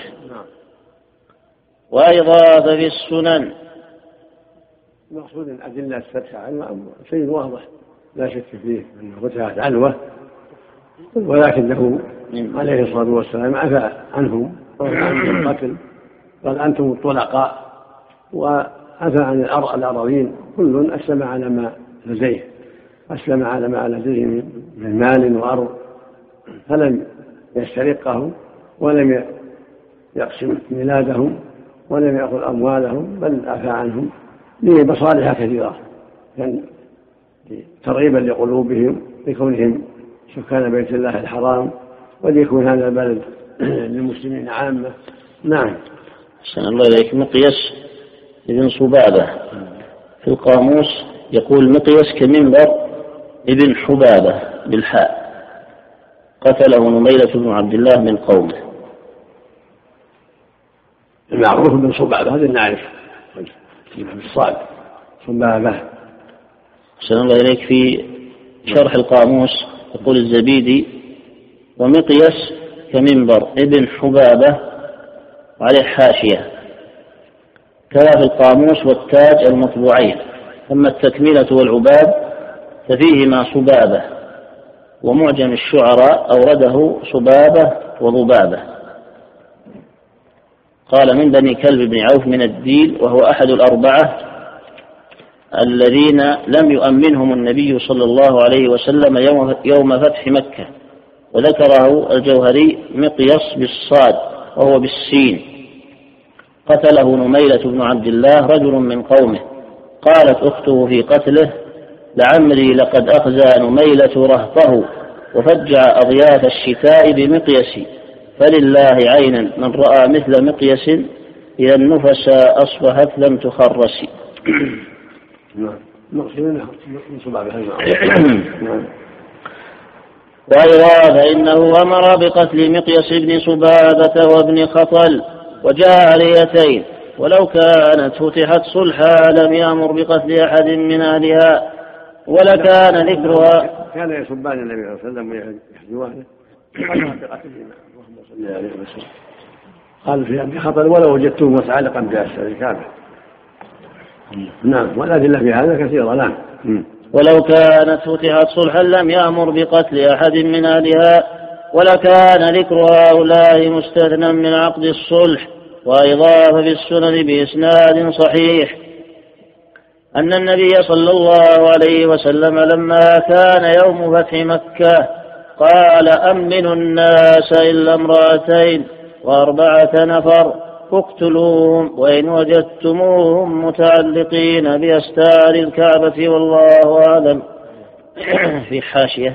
وأيضا ففي السنن المقصود الأدلة الفتح عنوة شيء واضح لا شك فيه أنه فتحت عنوة، ولكنه عليه الصلاة والسلام عفى عنهم وعن القتل، قال أنتم الطلقاء، وعفى عن الأراضين، كل أسلم على ما لديه أسلم على ما لديه من مال وأرض، فلم يسترقه ولم يقسم ميلادهم ولم يأخذ أموالهم، بل عفى عنهم لمصالح كثيرة، يعني ترغيبا لقلوبهم لكونهم سكان بيت الله الحرام، وليكون هذا البلد للمسلمين عامة. نعم. أحسن الله إليك. مقيس ابن صبابة في القاموس يقول مقيس كمنبر ابن حبابة بالحاء، قتله نميلة بن عبد الله من قومه. المعروف بن صبابة هذا نعرف بالصاد صبابة. أحسن الله إليك. في شرح القاموس يقول الزبيدي: ومقيس كمنبر ابن حبابة، وعليه حاشية كما في القاموس والتاج المطبوعين. أما التكملة والعباد ففيهما صبابة، ومعجم الشعراء أورده صبابة وضبابة. قال: من بني كلب بن عوف من الديل، وهو أحد الأربعة الذين لم يؤمنهم النبي صلى الله عليه وسلم يوم فتح مكة. وذكره الجوهري مقيس بالصاد وهو بالسين. قتله نميلة بن عبد الله رجل من قومه. قالت أخته في قتله: لعمري لقد أخزى نميلة رهطه وفجع أضياف الشتاء بمقيس، فلله عينا من رأى مثل مقيس إذا النفس أصبحت لم تخرس. وأيضا فإنه أمر بقتل مقيس بن صبابة وابن خطل وجاريتين، ولو كانت فتحت صلحا لم يأمر بقتل أحد من أهلها، ولكان ذكرها. كان يسبان النبي صلى الله عليه وسلم ويحجوانه قال في ابن خطل: ولو وجدتم متعلقا بأسفل الكعبة. نعم. والأدلة في هذا كثيرة. نعم. ولو كانت فتحت صلحا لم يأمر بقتل أحد من أهلها، ولكان ذكر هؤلاء مستثنى من عقد الصلح. وأيضا في السنن بإسناد صحيح أن النبي صلى الله عليه وسلم لما كان يوم فتح مكة قال: أمنوا الناس إلا امرأتين وأربعة نفر فاقتلوهم وإن وجدتموهم متعلقين بأستار الكعبة والله أعلم. في حاشية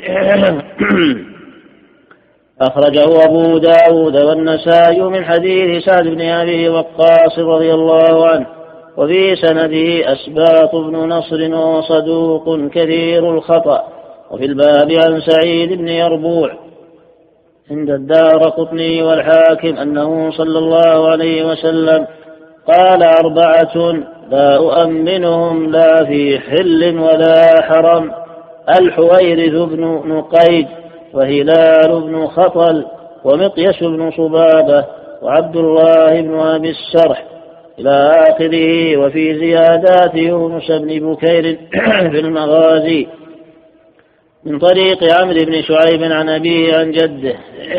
أخرجه أبو داود والنسائي من حديث سعد بن أبي وقاص رضي الله عنه، وفي سنده أسباط بن نصر وصدوق كثير الخطأ. وفي الباب عن سعيد بن يربوع عند الدارقطني والحاكم أنه صلى الله عليه وسلم قال: أربعة لا أؤمنهم لا في حل ولا حرم: الحويرث بن نقيد، وهلال بن خطل، ومقيس بن صبابة، وعبد الله بن أبي السرح إلى آخره. وفي زيادات يونس بن بكير في المغازي من طريق عمرو بن شعيب عن أبيه عن جده.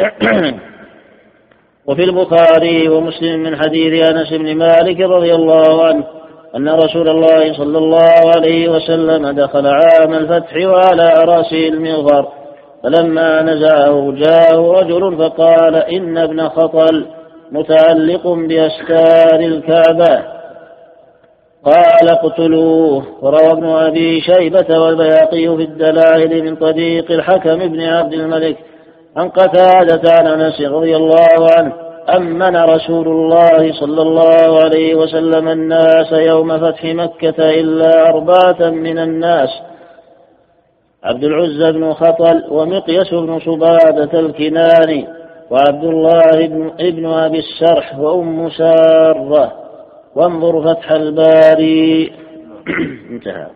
وفي البخاري ومسلم من حديث أنس بن مالك رضي الله عنه أن رسول الله صلى الله عليه وسلم دخل عام الفتح وعلى رأسه المغفر، فلما نزعه جاءه رجل فقال: إن ابن خطل متعلق بأستار الكعبة، قال: اقتلوه. وروى ابن أبي شيبة والبيهقي في الدلائل من طريق الحكم بن عبد الملك عن قتادة عن أنس رضي الله عنه: أمن رسول الله صلى الله عليه وسلم الناس يوم فتح مكة إلا أربعة من الناس: عبد العزى بن خطل، ومقيس بن صبابة الكناني، وعبد الله بن ابن أبي السرح، وأم سارة. وانظر فتح الباري. انتهى.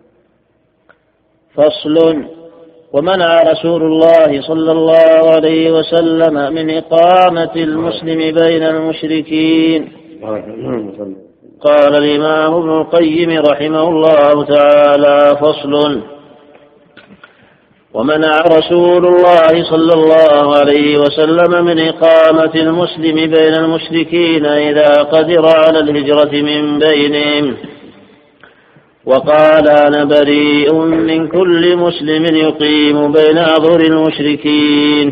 فصل: ومنع رسول الله صلى الله عليه وسلم من إقامة المسلم بين المشركين. قال الإمام ابن القيم رحمه الله تعالى: فصل: ومنع رسول الله صلى الله عليه وسلم من إقامة المسلم بين المشركين إذا قدر على الهجرة من بينهم، وقال: أنا بريء من كل مسلم يقيم بين أظهر المشركين.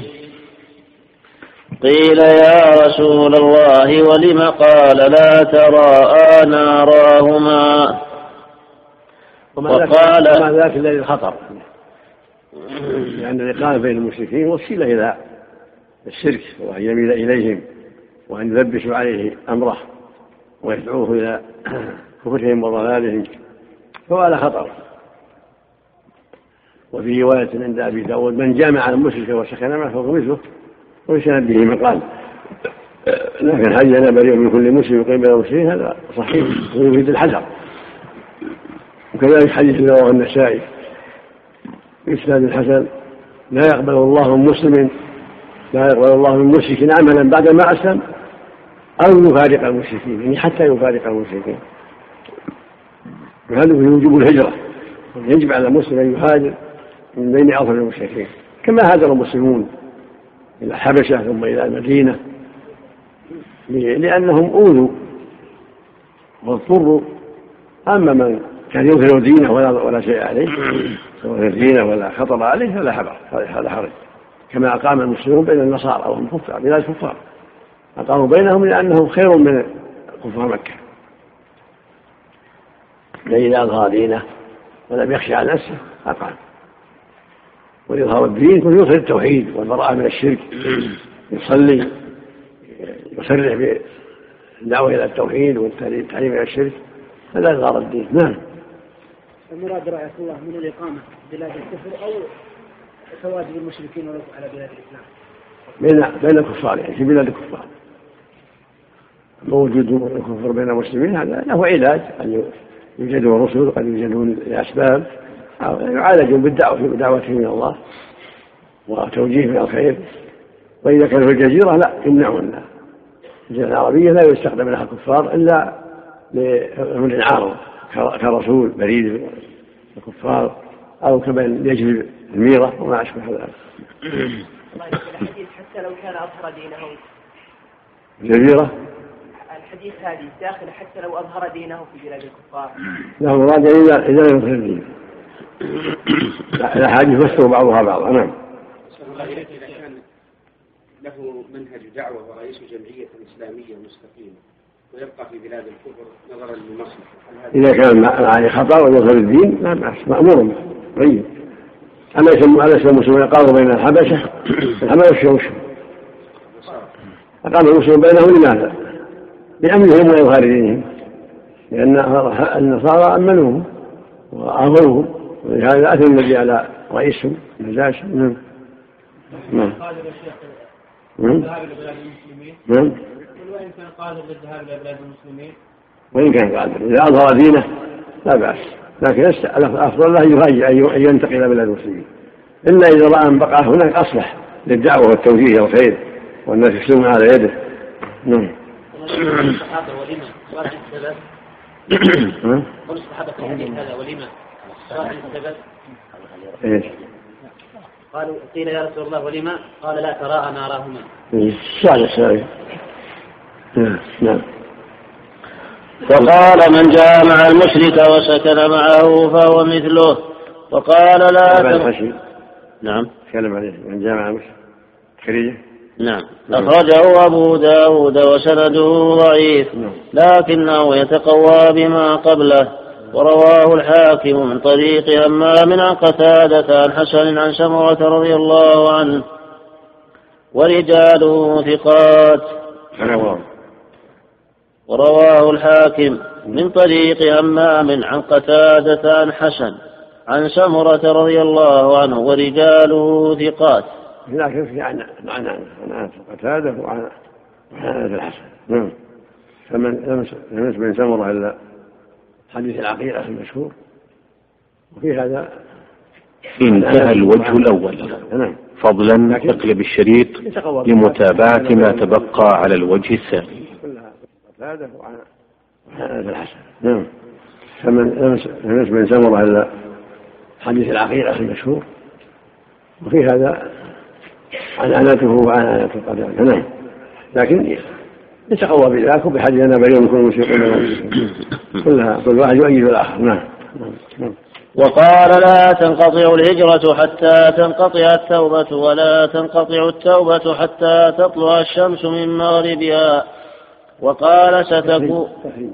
قيل: يا رسول الله ولم؟ قال: لا تراءى ناراهما. وقال: وما ذاك إلا للخطر، لأن الإقامة بين المشركين وسيلة إلى الشرك وأن يميل إليهم وأن يلبسوا عليه أمره ويدعوه إلى كفرهم وضلالهم، فهو على خطر. وفي رواية عند أبي داود: من جامع المشرك وسكن معه فهو مثله، ويسند به من قال. لكن حديث أنا بريء من كل مسلم يقيم بين المشركين هذا صحيح ويفيد الحذر. وكذلك حديث رواه النسائي بإسناد الحسن: لا يقبل الله من مسلم لا يقبل الله من مشرك عملا بعد ما أسلم أو يفارق المشركين، يعني حتى يفارق المشركين. وهذا يوجب الهجرة، يجب على المسلم أن يهاجر من بين أظهر المشركين، كما هاجر المسلمون إلى الحبشة ثم إلى المدينة، لأنهم أوذوا واضطروا. أما من كان يظهر دينه ولا, ولا شيء عليه، يظهر دينه ولا خطر عليه، فلا حرج، هذا حرج. كما أقام المسلمون بين النصارى وهم كفار بلاد كفار، أقاموا بينهم لأنهم خير من كفار مكة، إذا أظهر دينه ولم يخشى على نفسه أقام. ولإظهار الدين يكون يظهر التوحيد والبراءة من الشرك، يصلي يصرح بالدعوة إلى التوحيد والتعليم إلى الشرك، هذا إظهار الدين. نعم. المراد رعاية الله من الإقامة بلاد الكفر أو تواجد المشركين ولو على بلاد الإسلام؟ بين بين الكفار، يعني في بلاد الكفار. موجود الكفر بين المسلمين هذا له علاج، أن يوجدوا الرسل قد يوجدون الأسباب، يعالجون بالدعوة بدعوتهم إلى الله وتوجيه من الخير. وإذا كانوا في الجزيرة لا يمنعون، الجزيرة العربية لا يستخدم لها الكفار إلا لأمر عارض كرسول بريد الكفار أو كمن يجلب الميرة وما أشبه ذلك. الحديث حتى لو كان أظهر دينه الجزيرة، الحديث هذه داخل حتى لو أظهر دينه في بلاد الكفار. لا مراد إذا إذا لم يظهر دينه. الأحاديث يفسر بعضها بعضا. نعم. إذا كان له منهج دعوة ورئيس جمعية إسلامية مستقيمة ويبقى في بلاد الكفر نظرا للمصلحة، إذا كان عليه خطأ ويظهر الدين لا بأس، مأمور طيب. أليس المسلمون يقاموا بين الحبشة الحبشة وشو أقام المسلمون بينهم لماذا؟ لأمنهم وإظهار دينهم، لأن النصارى أمنوهم وأظهروهم، ولهذا أتى النبي على رئيسهم النجاشي. نعم. نعم. الذهاب إلى بلاد المسلمين. نعم. وإن كان قادر للذهاب إلى بلاد المسلمين وإن كان قادر. إذا أظهر دينه لا بأس، لكن الأفضل له أن ينتقل إلى بلاد المسلمين، إلا إذا رأى أن بقى هناك أصلح للدعوة والتوجيه والخير والناس يسلمون على يده. نعم. الصحابة ولما صالح السبب؟ قل الصحابة في الحديث هذا ولما صالح السبب؟ إيش؟ قالوا قيل يا رسول الله ولما؟ قال لا تراءى ناراهما. صالح السبب. نعم. وقال من جامع المشرك وسكن معه فهو مثله. وقال لا تنقصوا. نعم. تكلم عليه من جامع المشرك. خريجه. نعم. أخرجه أبو داود وسنده ضعيف لكنه يتقوى بما قبله. ورواه الحاكم من طريق همام عن قتادة عن حسن عن سمرة رضي الله عنه ورجاله ثقات. ورواه الحاكم من طريق همام عن قتادة عن حسن عن سمرة رضي الله عنه ورجاله ثقات. لكن في عن عن عن قتادة وعن عن الحسن. نعم. فمن لم يسمع سمرة إلا حديث العقيقة المشهور، وفي هذا انتهى الوجه الأول. فضلا اقلب الشريط لمتابعة ما تبقى على الوجه الثاني. قتادة وعن الحسن. نعم. فمن لم يسمع سمرة إلا حديث العقيقة المشهور، وفي هذا عنانته وعنانة القتادة. نعم. لكن يتقوى بذلك وبحديث أنا بريء منكم المشركون كلها كل واحد يؤيد الآخر. نعم. وقال لا تنقطع الهجرة حتى تنقطع التوبة ولا تنقطع التوبة حتى تطلع الشمس من مغربها. وقال ستكون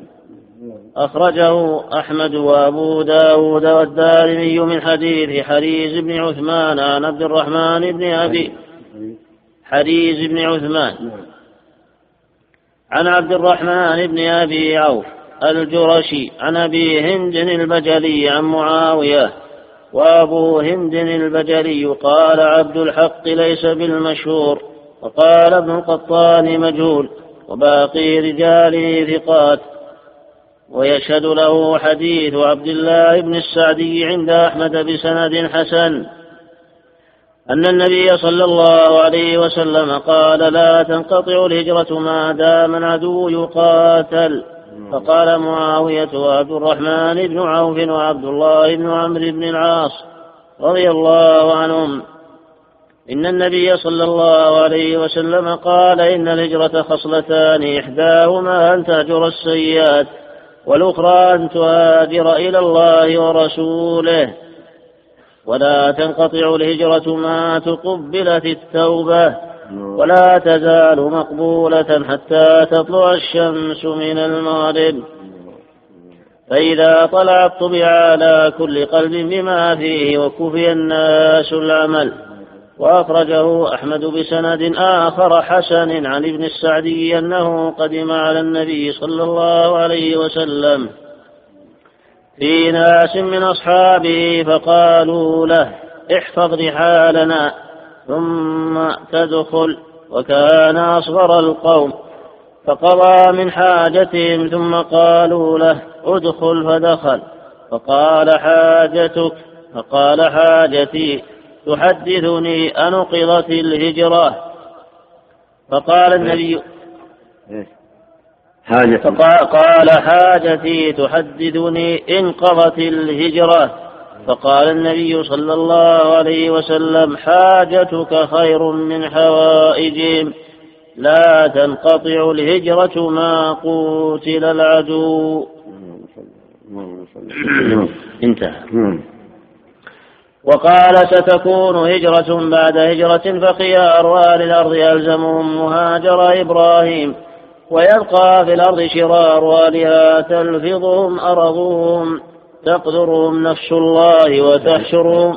أخرجه أحمد وأبو داود والدارمي من حديث حريز بن عثمان عن عبد الرحمن بن أبي حريز بن عثمان عن عبد الرحمن بن أبي عوف الجرشي عن أبي هند البجلي عن معاوية. وأبو هند البجلي قال عبد الحق ليس بالمشهور، وقال ابن القطان مجهول، وباقي رجاله ثقات. ويشهد له حديث عبد الله بن السعدي عند أحمد بسند حسن أن النبي صلى الله عليه وسلم قال لا تنقطع الهجرة ما دام العدو يقاتل. فقال معاوية وعبد الرحمن بن عوف وعبد الله بن عمرو بن العاص رضي الله عنهم إن النبي صلى الله عليه وسلم قال إن الهجرة خصلتان إحداهما أن تهجر السيئات والأخرى أن تهاجر إلى الله ورسوله. ولا تنقطع الهجرة ما تقبلت التوبة ولا تزال مقبولة حتى تطلع الشمس من المغرب، فإذا طلعت طبع على كل قلب بما فيه وكفي الناس العمل. وأخرجه أحمد بسند آخر حسن عن ابن السعدي أنه قدم على النبي صلى الله عليه وسلم في ناس من أصحابه فقالوا له احفظ رحالنا ثم تدخل، وكان أصغر القوم، فقضى من حاجتهم ثم قالوا له ادخل فدخل، فقال حاجتك فقال حاجتي تحدثني أنقضت الهجرة. فقال النبي فقال حاجتي تحدثني انقضت الهجرة. فقال النبي صلى الله عليه وسلم حاجتك خير من حوائجهم، لا تنقطع الهجرة ما قوتل العدو. انتهى. وقال ستكون هجرة بعد هجرة فخيار أهل الأرض ألزمهم مهاجر إبراهيم، ويبقى في الأرض شرار أهلها تلفظهم أرضهم تقدرهم نفس الله وتحشرهم.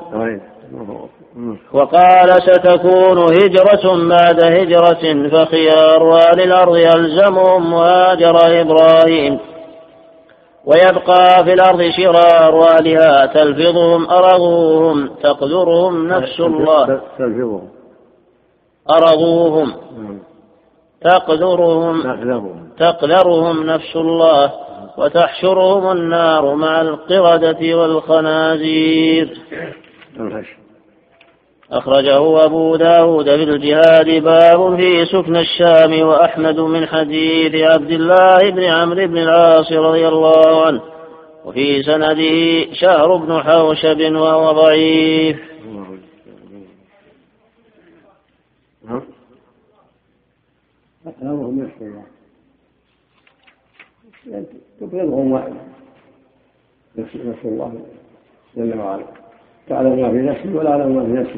وقال ستكون هجرة بعد هجرة فخيار أهل الأرض ألزمهم مهاجر إبراهيم، ويبقى في الأرض شرار أهلها تلفظهم أرضهم تقدرهم نفس الله أرضهم تقدرهم تقدرهم نفس الله وتحشرهم النار مع القردة والخنازير. أخرجه أبو داود في الجهاد باب في سكن الشام، وأحمد من حديث عبد الله بن عمرو بن العاص رضي الله عنه، وفي سنده شهر بن حوشب وهو ضعيف. أكرمهم يحفظ الله تبغضهم نسأل الله جل وعلا تعلم ما في نفسي ولا أعلم ما في نفسي.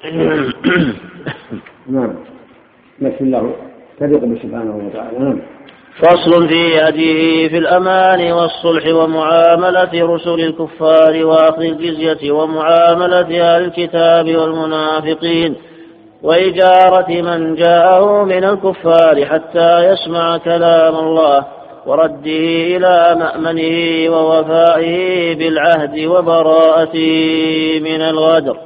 نعم نسأل الله تليق سبحانه وتعالى. نعم. فصل في هديه في الأمان والصلح ومعاملة رسل الكفار وأخذ الجزية ومعاملة أهل الكتاب والمنافقين وإجارة من جاءه من الكفار حتى يسمع كلام الله ورده إلى مأمنه ووفائه بالعهد وبراءته من الغدر.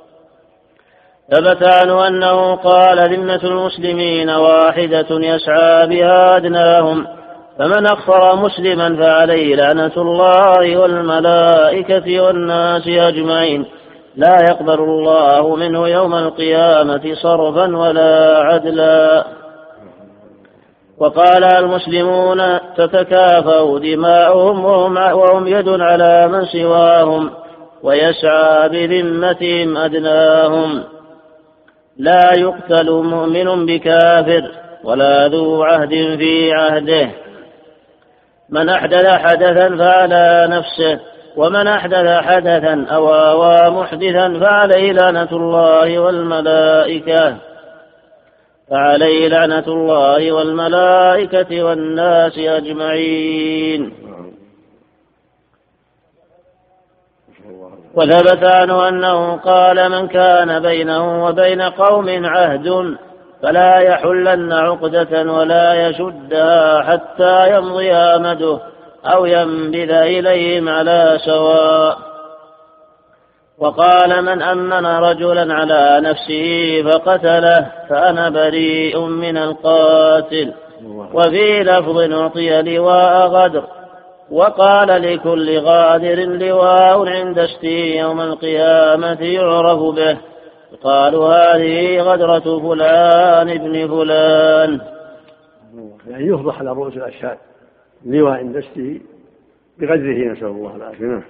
ثبت عنه أنه قال: ذمة المسلمين واحدة يسعى بها أدناهم، فمن أخفر مسلما فعليه لعنة الله والملائكة والناس أجمعين، لا يقبل الله منه يوم القيامة صرفا ولا عدلا. وقال: المسلمون تتكافأ دماؤهم وهم يد على من سواهم، ويسعى بذمتهم أدناهم، لا يقتل مؤمن بكافر ولا ذو عهد في عهده. من أحدث حدثا فعلى نفسه، ومن أحدث حدثا أو آوى محدثا فعليه لعنة الله والملائكة فعليه لعنة الله والملائكة والناس أجمعين. وثبت عنه أنه قال: من كان بينه وبين قوم عهد فلا يحلن عقدة ولا يشدها حتى يمضي أمده أو ينبذ إليهم على سواء. وقال: من أمن رجلا على نفسه فقتله فأنا بريء من القاتل. وفي لفظ: أعطي لواء غدر. وقال: لكل غادر لواء عند اشتي يوم القيامة يعرف به، قالوا: هذه غدرة فلان ابن فلان. يعني يفضح على رؤوس الأشهاد لواء عند اشتي بغدره، نسأل الله العافية.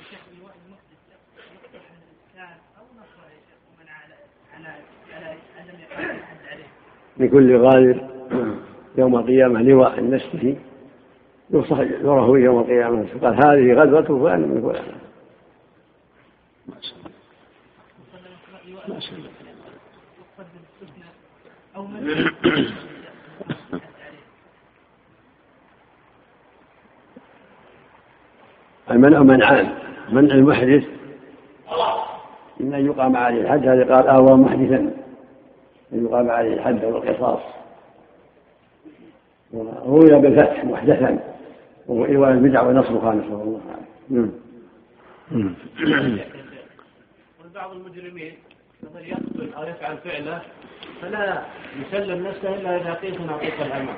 لكل غادر يوم القيامة لواء عند اشتي يعرف به يوم القيامة، قال: هذه غدرة فلان من فلان. المنع منعان: منع المحدث إن أن يقام عليه الحد، هذا قال: آوى محدثا، أن يقام عليه الحد والقصاص. وروي بالفتح محدثا، وإيواء البدع ونصرها، نسأل الله العافية. بعض المجرمين مثلا يقتل أو يفعل فعله فلا يسلم نفسه إلا إذا قيل نعطيك الأمان،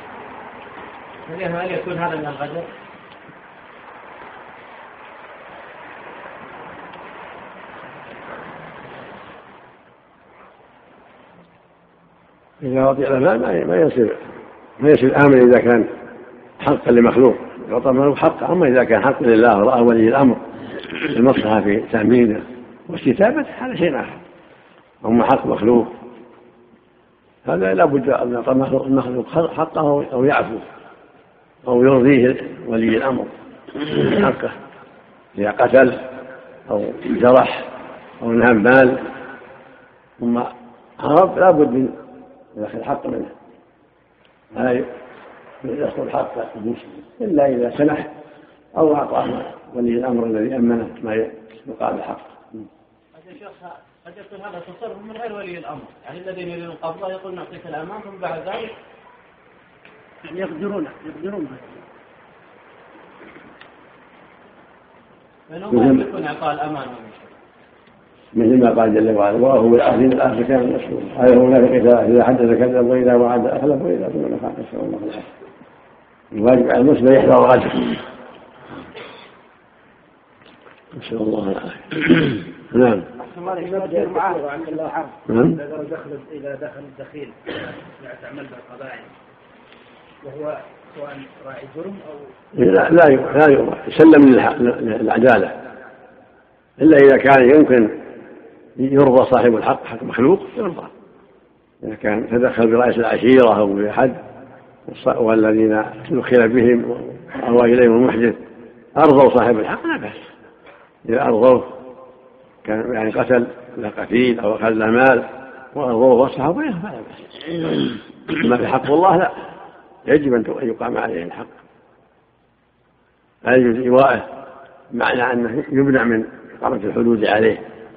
هل يكون هذا من الغدر؟ إذا أعطي الأمان ما يصير ما يصير آمن إذا كان حقا لمخلوق، يعطى المخلوق حقا. أما إذا كان حقا لله رأى ولي الأمر المصلحة في تأمينه واستتابته هذا شيء آخر. أما حق مخلوق هذا لا بد أن يعطى المخلوق حقه أو يعفو أو يرضيه ولي الأمر حقه، إذا قتل أو جرح أو نهب مال ثم هرب لا بد من يأخذ الحق منه، لا يأخذ الحق المسلم إلا إذا سمح أو أعطاه ولي الأمر الذي أمنه ما يقال الحق. قد يكون هذا تصرف من غير ولي الأمر، يعني الذين يريدون القبضة يقول نعطيك الأمان ثم بعد ذلك يعني يقدرون يقدرون فإنه ما يكون إعطاء الأمان مثل ما قال جل وعلا: وهو الأهل الأهل كان المسؤول. هذا هو منافق إذا حدث كذب وإذا وعد أخلف وإذا أتمنى خان. نسأل الله العافية. الواجب على المسلم يحذر الغدر. نسأل الله العافية. نعم. نعم. إذا دخل إذا دخل الدخيل يعمل بالقبائل وهو سواء راعي جرم أو لا لا لا يسلم للعدالة إلا إذا كان يمكن يرضى صاحب الحق حق مخلوق يرضى. إذا كان تدخل برئيس العشيرة أو بأحد والذين دخل بهم أو إليهم المحدث أرضوا صاحب الحق لا بأس. إذا أرضوه كان يعني قتل لا قتيل أو أخذ له مال وأرضوه وصحه فلا بأس. أما في حق الله لا يجب أن يقام عليه الحق. لا يجوز إيواءه معنى أنه يمنع من إقامة الحدود عليه.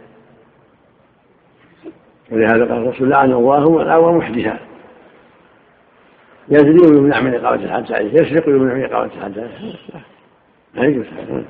ولهذا قال الرسول لعن الله من آوى محدثا يزني ويمنع من إقامة الحد عليه، يسرق ويمنع من إقامة الحد عليه. لا يجوز.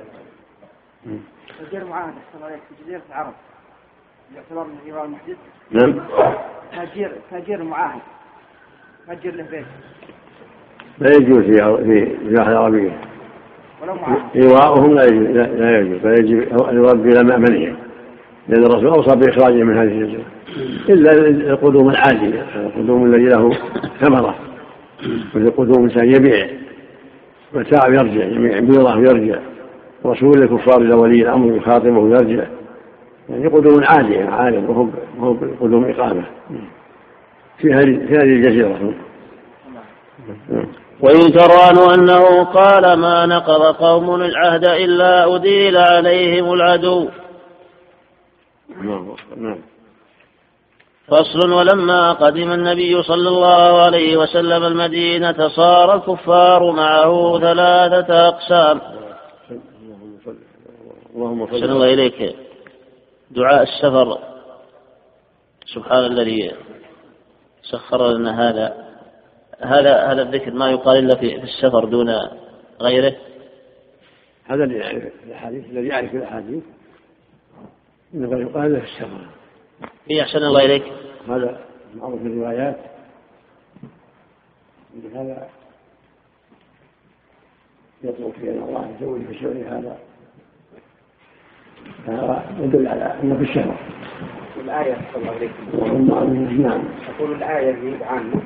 تاجير معاهدة في جزيرة العرب يعتبر من إيواء المحدث؟ نعم. تاجير تاجير معاهد تاجير له بيت لا يجوز في الجزيرة العربية. إيواءهم لا يجوز لا يجوز فيجب أن يرد إلى مأمنهم لأن الرسول أوصى بإخراجه من هذه الجزيرة إلا القدوم العاجلة القدوم الذي له ثمرة والقدوم إنسان يبيع متاع يرجع يبيع بيضة ويرجع رسول الكفار إلى ولي الأمر يخاطبه ويرجع يعني قدوم عالية عالية وهو قدوم إقامة في هذه الجزيرة. ويذكر عنه أنه قال ما نقض قوم العهد إلا أديل عليهم العدو. فصل. ولما قدم النبي صلى الله عليه وسلم المدينة صار الكفار معه ثلاثة أقسام. أحسن الله إليك. دعاء السفر سبحان الذي سخر لنا هذا هذا هذا الذكر ما يقال إلا في السفر دون غيره. هذا اللي يعرف الأحاديث الذي يعرف الأحاديث إنما يقال له السفر. إيه أحسن الله إليك. هذا معروف في الروايات هذا يطلب في أن الله يزوج في شؤون هذا هذا يدل على أنه في الشهر. الآية صلى الله عليه وسلم. نعم. أقول الآية يزيد عنه.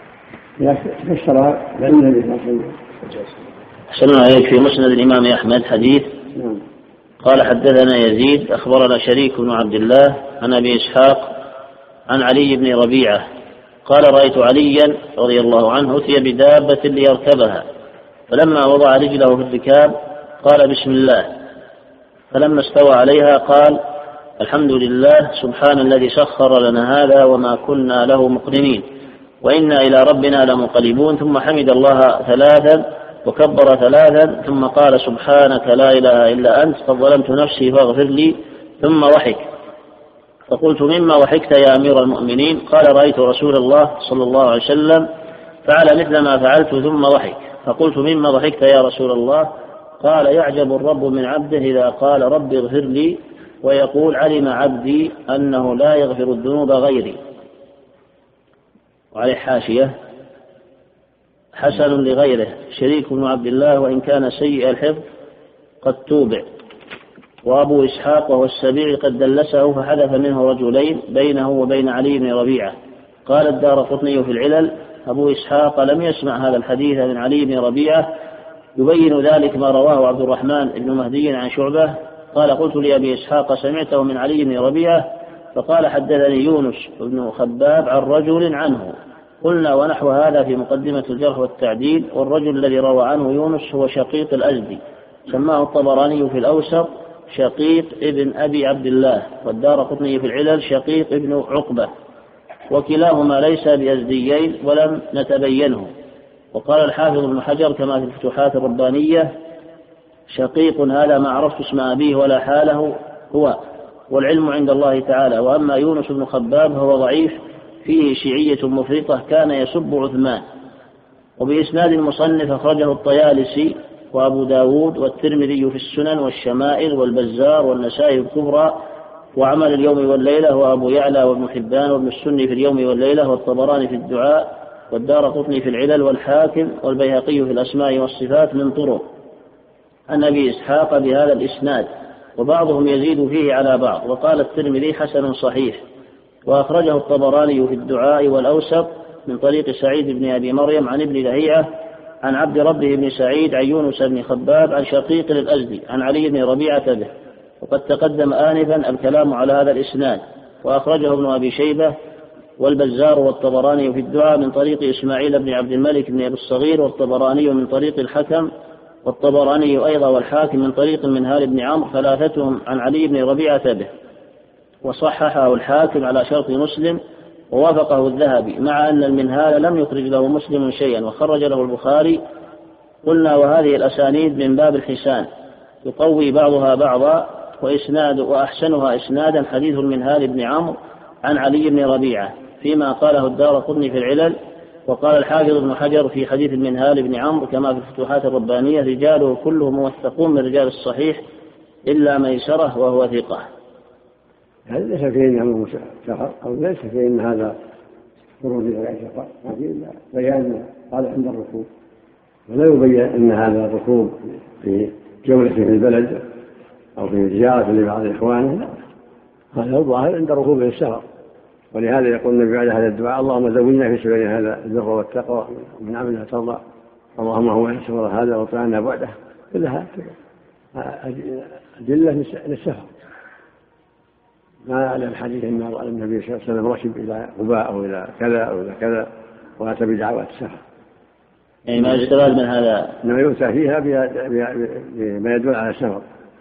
يفسر لأن النبي صلى الله عليه وسلم. أحسن الله إليك. في مسند الإمام أحمد حديث نعم. قال حدثنا يزيد أخبرنا شريك بن عبد الله عن أبي إسحاق عن علي بن ربيعة قال رأيت عليا رضي الله عنه أتي بدابة ليركبها فلما وضع رجله في الركاب قال بسم الله فلما استوى عليها قال الحمد لله سبحان الذي سخر لنا هذا وما كنا له مقرنين وإنا إلى ربنا لمنقلبون. ثم حمد الله ثلاثا وكبر ثلاثا ثم قال سبحانك لا إله إلا أنت قد ظلمت نفسي فاغفر لي. ثم ضحك فقلت مما ضحكت يا أمير المؤمنين؟ قال رأيت رسول الله صلى الله عليه وسلم فعل مثل ما فعلت ثم ضحك. فقلت مما ضحكت يا رسول الله؟ قال يعجب الرب من عبده إذا قال رب اغفر لي ويقول علم عبدي أنه لا يغفر الذنوب غيري. وعليه حاشية حسن لغيره شريك بن عبد الله وإن كان سيء الحفظ قد توبع. وأبو إسحاق وهو السبيعي قد دلسه فحذف منه رجلين بينه وبين علي بن ربيعة. قال الدارقطني في العلل أبو إسحاق لم يسمع هذا الحديث من علي بن ربيعة يبين ذلك ما رواه عبد الرحمن بن مهدي عن شعبة قال قلت لأبي إسحاق سمعته من علي بن ربيعة فقال حدثني يونس بن خباب عن رجل عنه. قلنا ونحو هذا في مقدمة الجرح والتعديل. والرجل الذي روى عنه يونس هو شقيق الأزدي سماه الطبراني في الأوسط شقيق ابن أبي عبد الله والدارقطني في العلل شقيق ابن عقبة وكلاهما ليس بأزديين ولم نتبينه. وقال الحافظ ابن حجر كما في الفتوحات الربانية شقيق هذا ما عرفت اسم أبيه ولا حاله هو والعلم عند الله تعالى. وأما يونس بن خباب هو ضعيف فيه شيعية مفرطة كان يسب عثمان. وبإسناد المصنف أخرجه الطيالسي وأبو داود والترمذي في السنن والشمائل والبزار والنسائي الكبرى وعمل اليوم والليلة وأبو يعلى وابن حبان وابن السني في اليوم والليلة والطبراني في الدعاء والدارقطني في العلل والحاكم والبيهقي في الأسماء والصفات من طرق عن أبي إسحاق بهذا الإسناد، وبعضهم يزيد فيه على بعض. وقال الترمذي حسن صحيح. وأخرجه الطبراني في الدعاء والأوسط من طريق سعيد بن أبي مريم عن ابن لهيعة عن عبد ربه بن سعيد عن يونس بن خباب عن شقيق الأزدي عن علي بن ربيعة به. وقد تقدم آنفا الكلام على هذا الإسناد. وأخرجه ابن أبي شيبة والبزار والطبراني في الدعاء من طريق إسماعيل بن عبد الملك بن أبي الصغير، والطبراني من طريق الحكم، والطبراني أيضا والحاكم من طريق المنهال بن عمرو ثلاثتهم عن علي بن ربيعة به. وصححه الحاكم على شرط مسلم ووافقه الذهبي، مع أن المنهال لم يخرج له مسلم شيئا وخرج له البخاري. قلنا وهذه الأسانيد من باب الحسان يقوي بعضها بعضا، وإسناد وأحسنها إسنادا حديث المنهال بن عمرو عن علي بن ربيعة فيما قاله الدارقطني في العلل. وقال الحافظ ابن حجر في حديث المنهال بن عمرو كما في الفتوحات الربانية: رجاله كلهم موثقون من رجال الصحيح إلا ميسرة وهو ثقة. هذا ليس فيه إنه سفر، أو ليس فيه إن هذا خروج إلى سفر، لكن بيان قال عند الركوب، ولا يبين أن هذا الركوب في جولة في البلد أو في زيارة لبعض إخوانه، هذا الظاهر عند ركوب السفر. ولهذا يقول النبي عليه هذا الدعاء: اللهم زوجنا في سبيل هذا البر والتقوى من عملها ترضى، اللهم هو يسر هذا وطعنا بعده. كلها أدلة للسفر. ما على الحديث ان النبي صلى الله عليه وسلم ركب الى قباء او الى كذا او الى كذا واتى بدعوات السفر. يعني ما يستفاد من هذا انه يؤتى فيها بما يدل على السفر.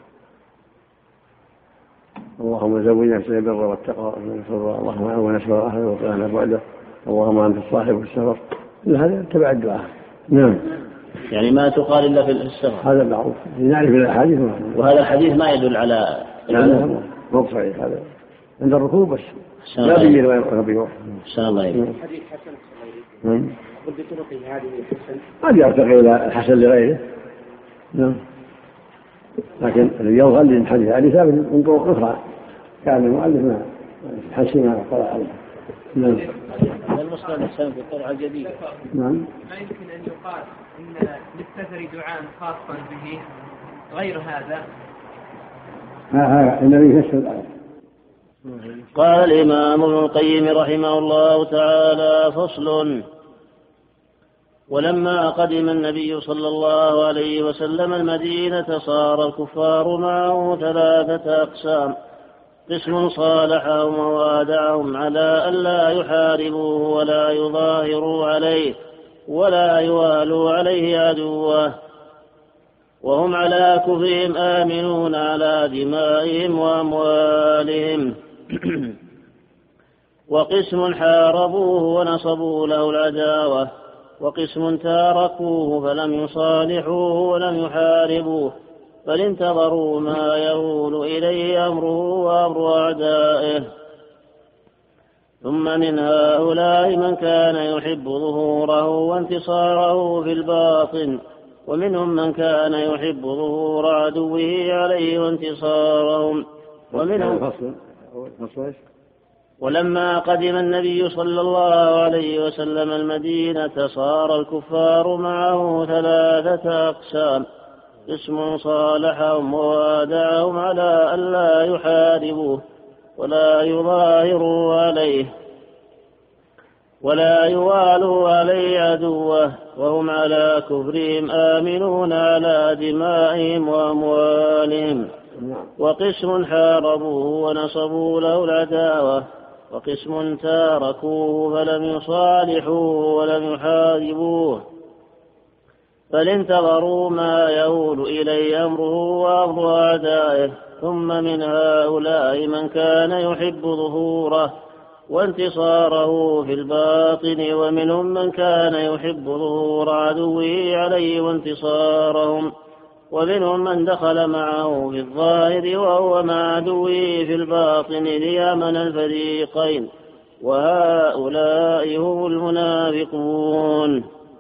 اللهم زوجنا في البر والتقوى، اللهم اعنا نسبر اهله وطعنا بعده، اللهم انت الصاحب السفر. هذا تبع الدعاء. نعم. يعني ما تقال الا في السفر. هذا معروف، نعرف الاحاديث. وهذا الحديث ما يدل على لا مو صحيح، هذا عند الركوب بس. لا بين ربيعه. شاء الله يبارك. حديث حسن صحيح. أقول بطرقه هذه حسن. قد يرتقي إلى الحسن لغيره. نعم. لكن الذي يظهر للحديث هذه ثابت من طرق أخرى، كان المؤلف ما حسنها وقرأ عليه. نعم. المسلم الحسن في الطرعة الجديدة. نعم. ما يمكن أن يقال إن للسفر دعاء خاصا به غير هذا. ها ها النبي يفسر الآية. قال الإمام ابن القيم رحمه الله تعالى: فصل. ولما قدم النبي صلى الله عليه وسلم المدينة صار الكفار معه ثلاثة أقسام: قسم صالحهم ووادعهم على ألا يحاربوه ولا يظاهروا عليه ولا يوالوا عليه عدوه، وهم على كفرهم آمنون على دمائهم وأموالهم. وقسم حاربوه ونصبوا له العداوة، وقسم تاركوه فلم يصالحوه ولم يحاربوه، بل انتظروا ما يؤول إليه أمره وأمر أعدائه. ثم من هؤلاء من كان يحب ظهوره وانتصاره في الباطن، ومنهم من كان يحب ظهور عدوه عليه وانتصارهم، ومنهم ولما قدم النبي صلى الله عليه وسلم المدينة صار الكفار معه ثلاثة أقسام: قسم صالحهم ووادعهم على ألا يحاربوه ولا يظاهروا عليه ولا يوالوا عليه عدوه، وهم على كفرهم آمنون على دمائهم وأموالهم. وقسم حاربوه ونصبوا له العداوة، وقسم تاركوه فلم يصالحوه ولم يحاربوه، بل انتظروا ما يؤول إليه أمره وأمر أعدائه. ثم من هؤلاء من كان يحب ظهوره وانتصاره في الباطن، ومنهم من كان يحب ظهور عدوه عليه وانتصارهم، ومنهم من دخل معه في الظاهر وهو مع عدوه في الباطن ليأمن الفريقين، وهؤلاء هم المنافقون.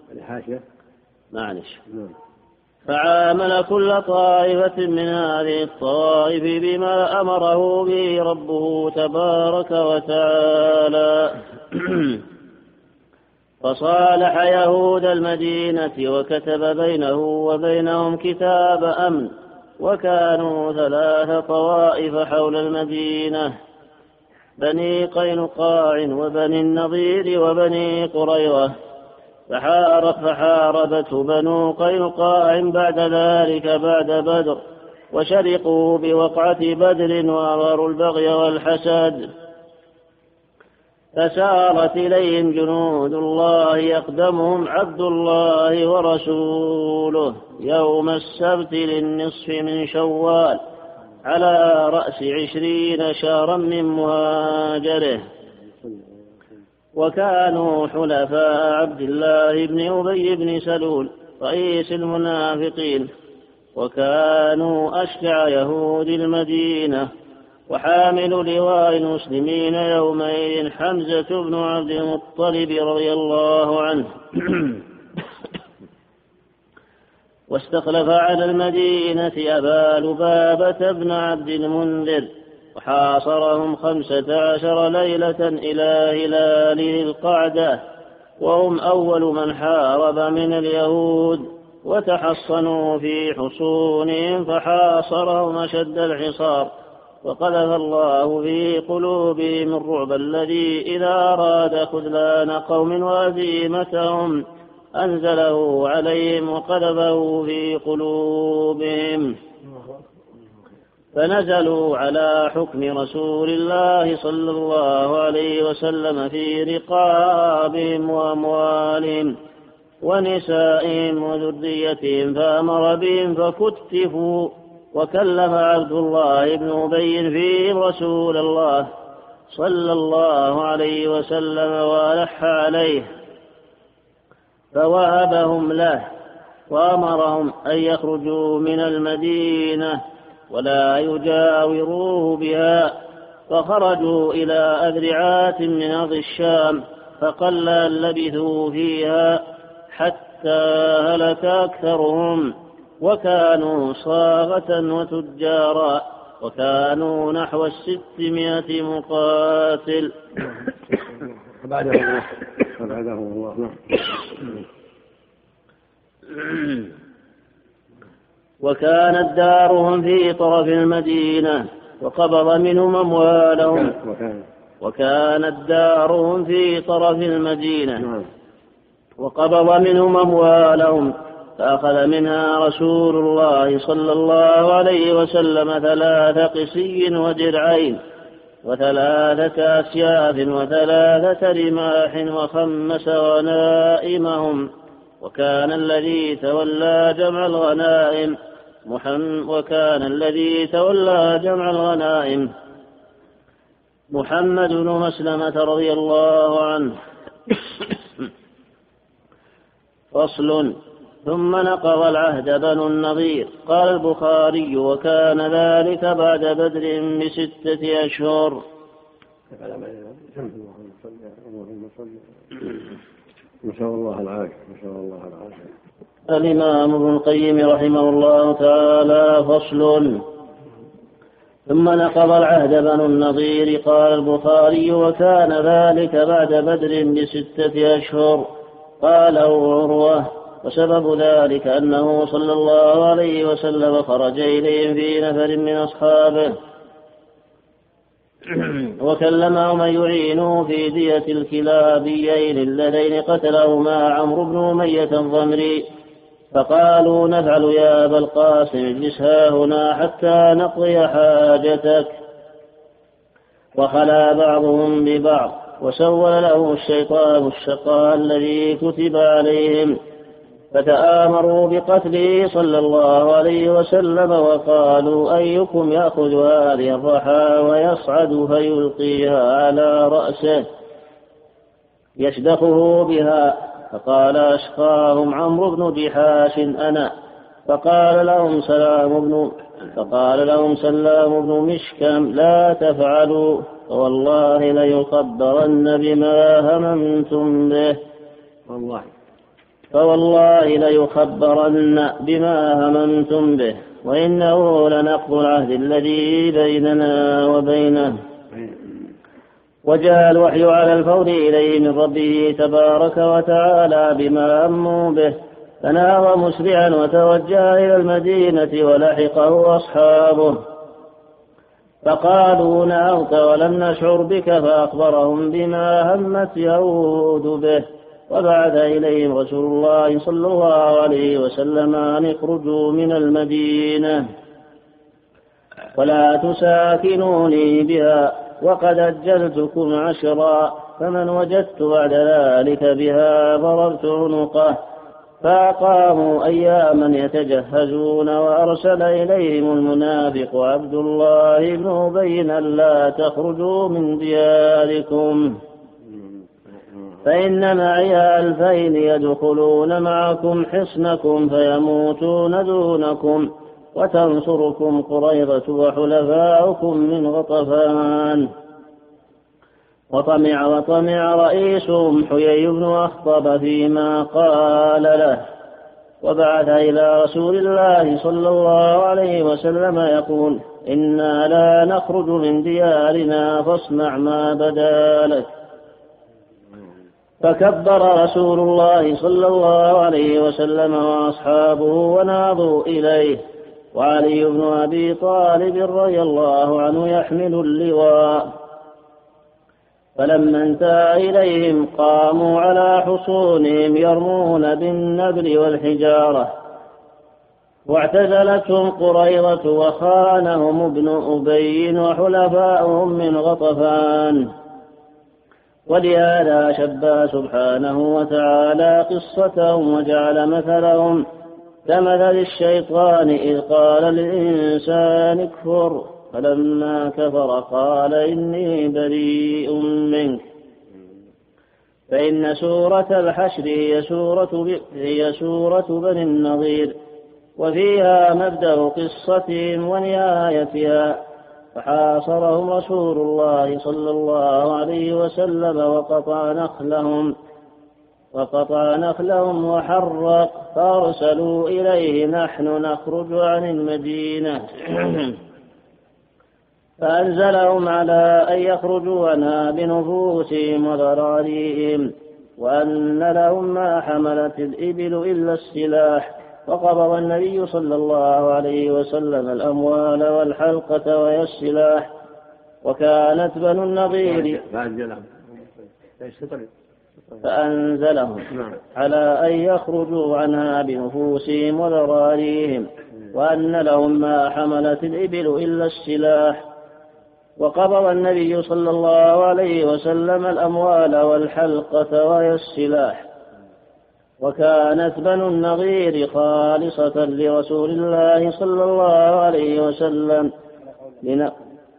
معلش. فعامل كل طائفة من هذه الطائف بما أمره به ربه تبارك وتعالى. فصالح يهود المدينة وكتب بينه وبينهم كتاب أمن، وكانوا ثلاث طوائف حول المدينة: بني قينقاع وبني النضير وبني قريظة. فحارب فحاربته بنو قينقاع بعد ذلك بعد بدر، وشرقوا بوقعة بدر وأظهروا البغي والحسد. فسارت إليهم جنود الله يقدمهم عبد الله ورسوله يوم السبت للنصف من شوال على رأس عشرين شهرا من مهاجره. وكانوا حلفاء عبد الله بن أبي بن سلول رئيس المنافقين، وكانوا أشجع يهود المدينة. وحامل لواء المسلمين يومئذ حمزة بن عبد المطلب رضي الله عنه. واستخلف على المدينة أبا لبابة بن عبد المنذر، وحاصرهم خمسة عشر ليلة إلى هلال القعدة، وهم أول من حارب من اليهود، وتحصنوا في حصونهم فحاصرهم أشد الحصار. وقذف الله في قلوبهم الرعب الذي إذا أراد خذلان قوم وهزيمتهم أنزله عليهم وقذفه في قلوبهم، فنزلوا على حكم رسول الله صلى الله عليه وسلم في رقابهم وأموالهم ونسائهم وذريتهم، فأمر بهم فكتفوا. وكلم عبد الله بن أبي فيهم رسول الله صلى الله عليه وسلم وألح عليه، فوهبهم له، وأمرهم أن يخرجوا من المدينة ولا يجاوروه بها. فخرجوا إلى أذرعات من أرض الشام، فقل أن لبثوا فيها حتى هلك أكثرهم، وكانوا صاغة وتجارا، وكانوا نحو الستمائة مقاتل. بعده الله بعده الله وكانت دارهم في طرف المدينة، وقبض منهم أموالهم. وكانت دارهم في طرف المدينة، وقبض منهم أموالهم، فأخذ منها رسول الله صلى الله عليه وسلم ثلاث قسي ودرعين وثلاثة أسياف وثلاثة رماح وخمس غنائمهم. وكان الذي تولى جمع الغنائم محمد وكان الذي تولى جمع الغنائم محمد بن مسلمة رضي الله عنه. فصل. ثم نقض العهد بنو النضير. قال البخاري: وكان ذلك بعد بدر بستة أشهر. نسأل الله العافية نسأل الله العافية. الإمام ابن القيم رحمه الله تعالى. فصل. ثم نقض العهد بنو النضير. قال البخاري: وكان ذلك بعد بدر بستة أشهر. قال عروة: وسبب ذلك أنه صلى الله عليه وسلم خرج إليهم في نفر من أصحابه وكلمهم أن يعينوا في دية الكلابيين اللذين قتلهما عمرو بن أمية الضمري، فقالوا: نفعل يا أبا القاسم، اجلس هنا حتى نقضي حاجتك. وخلا بعضهم ببعض، وسول له الشيطان الشقاء الذي كتب عليهم، فتآمروا بقتله صلى الله عليه وسلم، وقالوا: أيكم يأخذ هذه الرحى ويصعد فيلقيها على رأسه يشدخه بها؟ فقال أشقاهم عمرو بن جحاش: أنا. فقال لهم سلام بن فقال لهم سلام بن مشكم: لا تفعلوا، فوالله ليخبرن بما هممتم به والله فوالله ليخبرن بما هممتم به، وإنه لنقض العهد الذي بيننا وبينه. وجاء الوحي على الفور إليه من ربه تبارك وتعالى بما أموا به، فنهض مسرعا وتوجه إلى المدينة ولحقه أصحابه، فقالوا نهضت ولم نشعر بك، فأخبرهم بما همت يهود به، وبعث إليهم رسول الله صلى الله عليه وسلم أن يخرجوا من المدينة ولا تساكنوني بها وقد أجلتكم عشرا، فمن وجدت بعد ذلك بها ضربت عنقه. فأقاموا أياما يتجهزون، وأرسل إليهم المنافق عبد الله بن أبي لا تخرجوا من دياركم فإن معي ألفين يدخلون معكم حصنكم فيموتون دونكم، وتنصركم قريظة وحلفاؤكم من غطفان. وطمع وطمع رئيسهم حيي بن أخطب فيما قال له، وبعث إلى رسول الله صلى الله عليه وسلم يقول: إنا لا نخرج من ديارنا فاصنع ما بدا لك. فكبر رسول الله صلى الله عليه وسلم وأصحابه وناظوا إليه، وعلي بن أبي طالب رضي الله عنه يحمل اللواء. فلما انتهى إليهم قاموا على حصونهم يرمون بالنبل والحجارة، واعتزلتهم قريظة وخانهم ابن أبي وحلفاؤهم من غطفان. ولهذا شبه سبحانه وتعالى قصتهم وجعل مثلهم كمثل الشيطان إذ قال للإنسان اكفر، فلما كفر قال إني بريء منك. فإن سورة الحشر هي سورة, هي سورة بني النضير، وفيها مبدأ قصتهم ونهايتها، فحاصرهم رسول الله صلى الله عليه وسلم وقطع نخلهم وقطع نخلهم وحرق، فأرسلوا إليه: نحن نخرج عن المدينة. فأنزلهم على أن يخرجوا عنها بنفوسهم وذراريهم، وأن لهم ما حملت الإبل إلا السلاح. وقبض النبي صلى الله عليه وسلم الأموال والحلقة وهي السلاح. وكانت بنو النضير فأنزلهم على أن يخرجوا عنها بنفوسهم وذراريهم، وأن لهم ما حملت الإبل إلا السلاح. وقبض النبي صلى الله عليه وسلم الأموال والحلقة وهي السلاح. وكانت بنو النضير خالصة لرسول الله صلى الله عليه وسلم لن...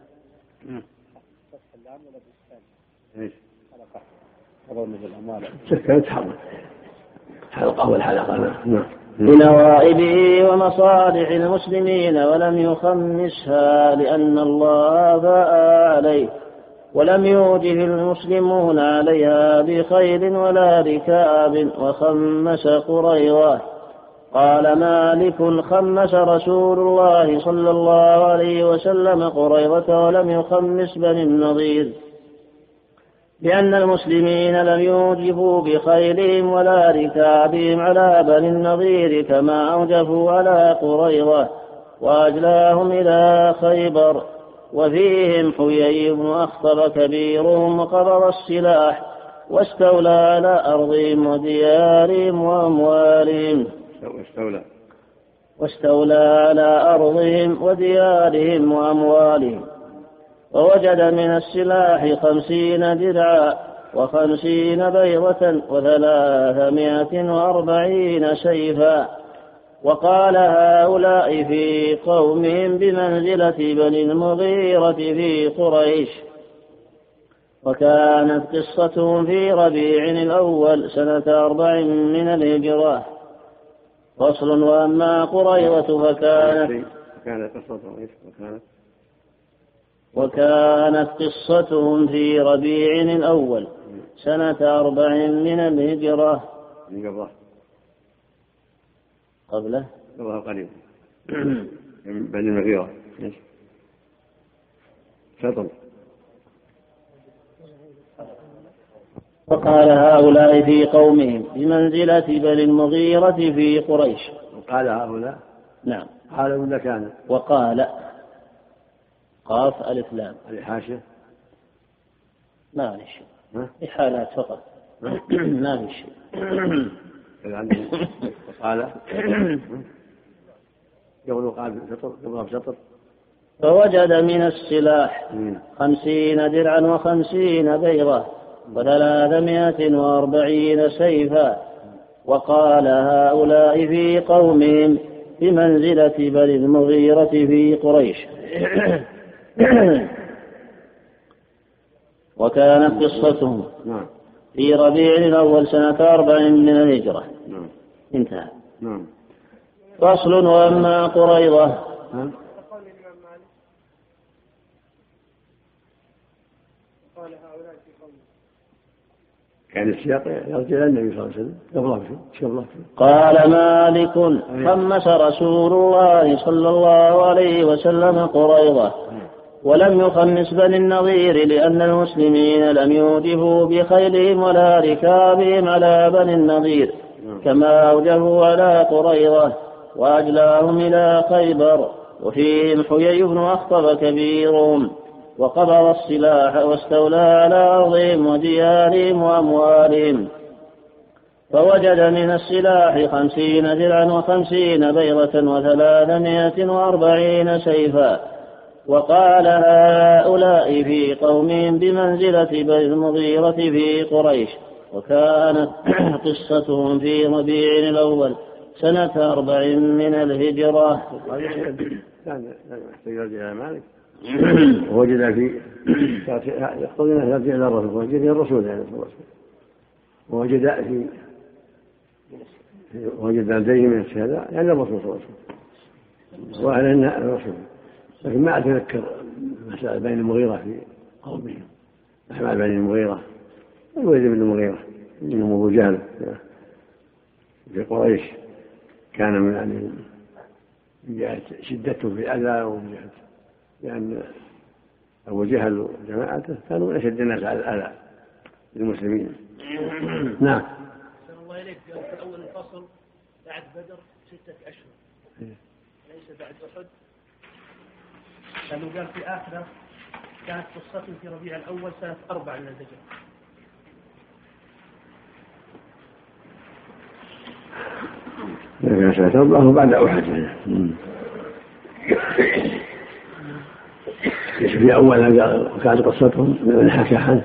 حلقة والحلقة لنوائبه ومصالح المسلمين، ولم يخمسها لأن الله باء عليه، ولم يوجه المسلمون عليها بخيل ولا ركاب، وخمس قريظة. قال مالك: خمس رسول الله صلى الله عليه وسلم قريظة ولم يخمس بني النضير، لأن المسلمين لم يوجبوا بخيلهم ولا ركابهم على بني النضير كما أوجبوا على قريظة، وأجلاهم إلى خيبر. وفيهم حيي بن أخطب كبيرهم، وقبض السلاح واستولى على أرضهم وديارهم وأموالهم واستولى واستولى على أرضهم وديارهم وأموالهم. ووجد من السلاح خمسين درعا وخمسين بيضة وثلاثمائة وأربعين سيفا. وقال هؤلاء في قومهم بمنزلة بني المغيرة في قريش. وكانت قصتهم في ربيع الأول سنة أربع من الهجرة. فصل: وأما قريظة فكانت وكانت قصتهم وكانت وكانت قصتهم في ربيع الأول سنة أربع من الهجرة. قبله قبله قريب بني المغيرة. شطر وقال هؤلاء في قومهم بمنزلة بني المغيرة في قريش. وقال هؤلاء نعم. قال ولا كان؟ وقال قاف ألف لام. الحاشية ما في شيء، في حالات فقط ما في شيء. قال يقول قال شطر يضرب شطر. فوجد من السلاح خمسين درعا وخمسين بيضة وثلاثمائة وأربعين سيفا. وقال هؤلاء في قومهم بمنزلة بني المغيرة في قريش. وكانت قصتهم في ربيع الأول سنة أربع من الهجرة. انتهى. فصل. وأما قريضة كان السياق يرجع إلى النبي صلى الله عليه وسلم. قال مالك خمس رسول الله صلى الله عليه وسلم قريضة ولم يخمس بني النضير لأن المسلمين لم يوجبوا بخيلهم ولا ركابهم على بني النضير كما أوجبوا على قريضة وأجلاهم إلى خيبر وفيهم حيي بن أخطب كبيرهم وقبض السلاح واستولى على أرضهم وديارهم وأموالهم. فوجد من السلاح خمسين درعا وخمسين بيضة وثلاثمائة وأربعين سيفا. وقال هؤلاء في قومهم بمنزلة بني المغيرة في قريش. وكانت قصتهم في ربيع الأول سنة أربع من الهجرة. وجد في يقتضي أنه يرجع إلى الرسول وجد إلى الرسول يعني ووجد في وجد لديه من الشهداء يعني الرسول صلى الله عليه وسلم وعلى أن الرسول. لكن ما أتذكر مسألة بين المغيرة في قومهم. أحمد بين المغيرة الوليد بن المغيرة إنه أبو جهل في قريش كان من يعني جاءت شدته في الأذى وجاءت لأن أبو جهل وجماعته كانوا من أشد الناس على الأذى للمسلمين. نعم. أحسن الله إليك. في أول الفصل بعد بدر ستة أشهر ليس بعد أحد، لأنه قال في آخره كانت قصته في ربيع الأول سنة أربع من الهجرة. لكن سنة أربعة بعد أحد في أول كانت قصتهم من حكى عنه.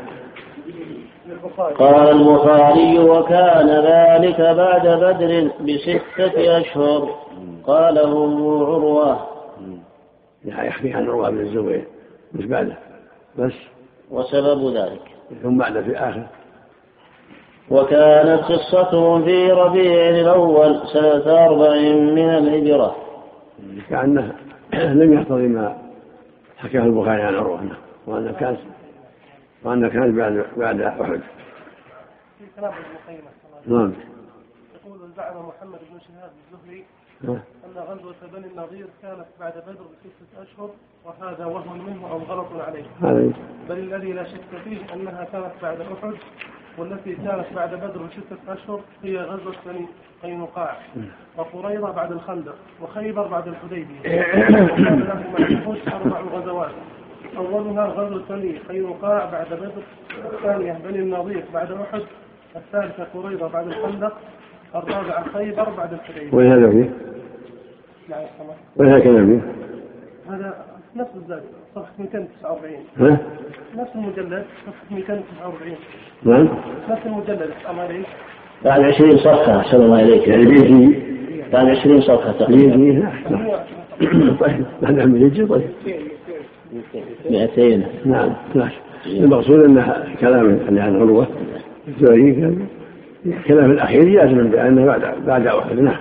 قال البخاري وكان ذلك بعد بدر بستة أشهر. قاله عروة يحكي عن عروة بن الزبير مش بعده بس. وسبب ذلك ثم بعد في آخر. وكانت قصتهم في ربيع الأول سنة أربع من الهجرة. كأنه لم يحتضي ما حكاه البخاري عن عروة وأن كانت وأن كانت بعد بعد أحد. في كلام المقيمة نعم. يقول زعم محمد بن شهاب الزهري أن غزوة بني النضير كانت بعد بدر بستة أشهر وهذا وهم منه أو غلط عليه. بل الذي لا شك فيه أنها كانت بعد أحد والتي كانت بعد بدر بستة أشهر هي غزوة بني قينقاع وقريظة بعد الخندق وخيبر بعد الحديبية. وكان له مع الأحد أربع غزوات. أولها غزوة بني قينقاع بعد بدر، الثانية بني النضير بعد أحد، الثالثة قريظة بعد الخندق، الرابعة خيبر بعد الحديبية. وين هذا فيه؟ وين هذا كلام فيه؟ هذا نفس الزاد صفحة مئتين وتسعة وأربعين. ها؟ نفس المجلد صفحة مئتين وتسعة وأربعين. نعم. نفس المجلد أمالي. بعد عشرين صفحة أحسن الله إليك. يعني بيجي بعد عشرين صفحة تقريبا. بيجي طيب بعد عم يجي طيب. مئتين. نعم. المقصود أن كلام اللي عن عروة الزهري كان كلام الأخير يجزم بأنه بعد بعد أحد. نعم.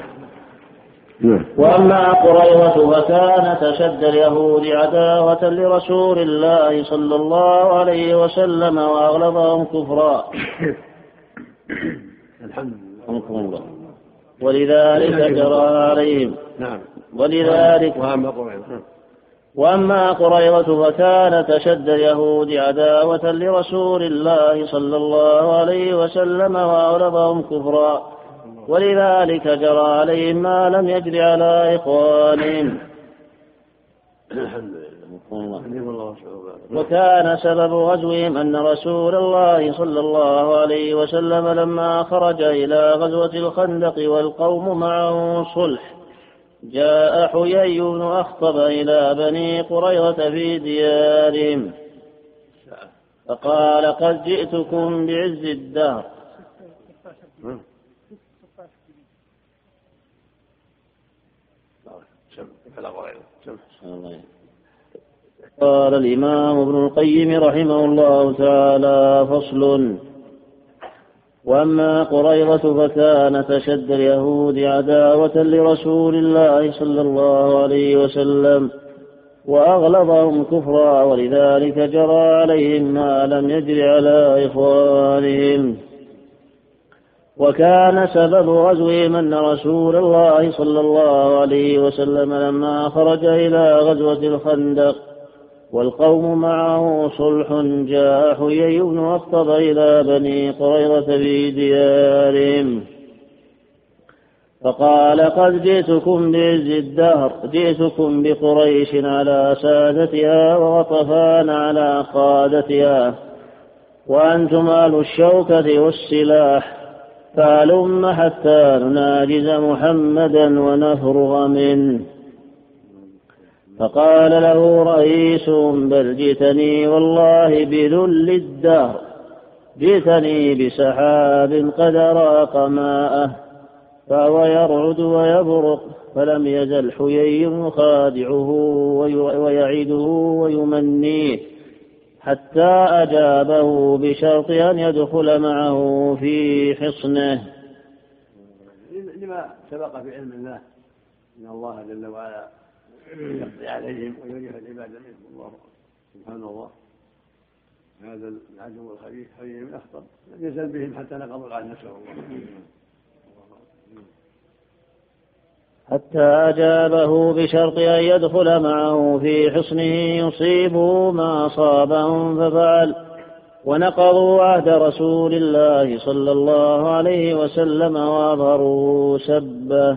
وأما قريظة فكانت أشد اليهود عداوة لرسول الله صلى الله عليه وسلم وأغلظهم كفرا. الحمد لله. ولذلك جرى عليهم. نعم. ولذلك وأما قريظة وأما قريظة فكانت أشد اليهود عداوة لرسول الله صلى الله عليه وسلم وأغلظهم كفرا، ولذلك جرى عليهم ما لم يجر على إخوانهم. وكان سبب غزوهم أن رسول الله صلى الله عليه وسلم لما خرج إلى غزوة الخندق والقوم معه صلح، جاء حيي بن أخطب إلى بني قريظة في ديارهم فقال: قد جئتكم بعز الدهر. قال الإمام ابن القيم رحمه الله تعالى: فصل. وأما قريظة فكانت أشد اليهود عداوة لرسول الله صلى الله عليه وسلم وأغلظهم كفرا، ولذلك جرى عليهم ما لم يجر على إخوانهم. وكان سبب غزوهم أن رسول الله صلى الله عليه وسلم لما خرج إلى غزوة الخندق والقوم معه صلح، جاء حيي بن أخطب إلى بني قريظة في ديارهم فقال: قد جئتكم بعز الدهر، جئتكم بقريش على سادتها وغطفان على قادتها، وأنتم أهل الشوكة والسلاح، فهلم حتى نناجز محمدا ونفرغ منه. فقال له رئيسهم: بل جئتني والله بذل الدهر، جئتني بسحاب قد أراق ماءه فهو يرعد ويبرق. فلم يزل حيي يخادعه ويعيده ويمنيه حتى أجابه بشرط أن يدخل معه في حصنه. لما سبق في علم الله إن الله جل وعلا يقضي عليهم ويريح العباد منهم. الله سبحان الله. هذا العدو الخبيث حيي بن أخطب لم يزل بهم حتى نقضوا العهد، نسأل الله. حتى أجابه بشرط أن يدخل معه في حصنه يصيبه ما أصابهم، ففعل، ونقضوا عهد رسول الله صلى الله عليه وسلم وأظهروا سبه.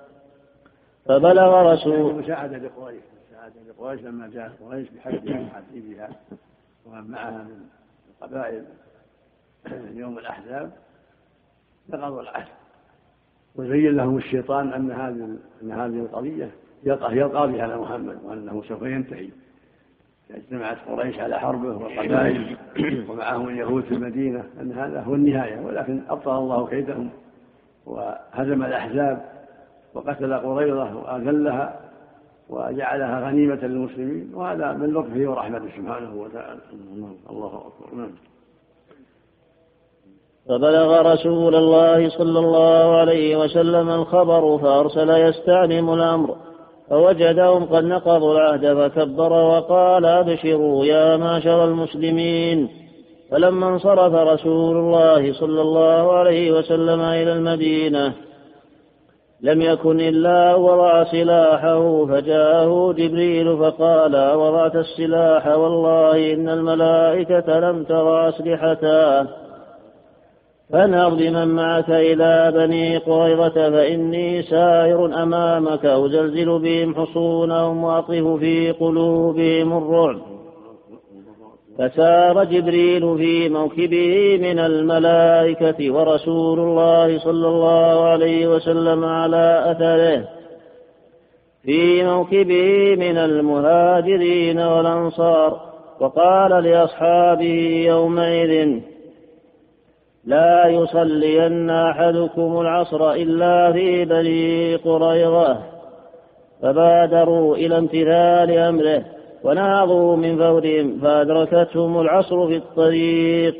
فبلغ رسول مساعدة لقريش، مساعدة لقريش لما جاء قريش بحجها وحديبها ومن معها من القبائل يوم الأحزاب، نقضوا العهد وزين لهم الشيطان أن هذه أن هذه القضية يلقى يلقى بها على محمد، وأنه سوف ينتهي. اجتمعت قريش على حربه والقبائل ومعهم اليهود في المدينة، أن هذا هو النهاية، ولكن أبطل الله كيدهم وهزم الأحزاب وقتل قريظة وأذلها وجعلها غنيمة للمسلمين، وهذا من لطفه ورحمته سبحانه وتعالى. الله أكبر. فبلغ رسول الله صلى الله عليه وسلم الخبر فأرسل يستعلم الأمر، فوجدهم قد نقضوا العهد فكبر وقال: أبشروا يا معشر المسلمين. فلما انصرف رسول الله صلى الله عليه وسلم إلى المدينة لم يكن إلا وضع سلاحه، فجاءه جبريل فقال: وضعت السلاح؟ والله إن الملائكة لم ترى أسلحتها، فانهض بمن معك إلى بني قريظة فإني سائر أمامك أزلزل بهم حصونهم وأطف في قلوبهم الرعب. فسار جبريل في موكبه من الملائكة ورسول الله صلى الله عليه وسلم على أثره في موكبه من المهاجرين والأنصار، وقال لأصحابه يومئذ: لا يصلين أحدكم العصر إلا في بني قريظة. فبادروا إلى امتثال أمره ونهضوا من فورهم، فأدركتهم العصر في الطريق.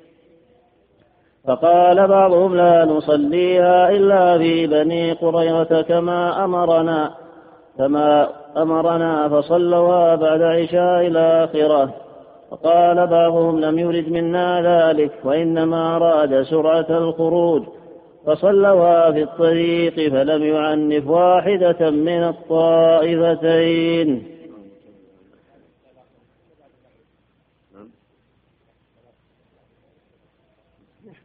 فقال بعضهم: لا نصليها إلا في بني قريظة كما أمرنا كما أمرنا فصلوا بعد عشاء الآخرة. فقال بعضهم: لم يرد منا ذلك، وإنما أراد سرعة الخروج، فصلوا في الطريق، فلم يعنف واحدة من الطائفتين.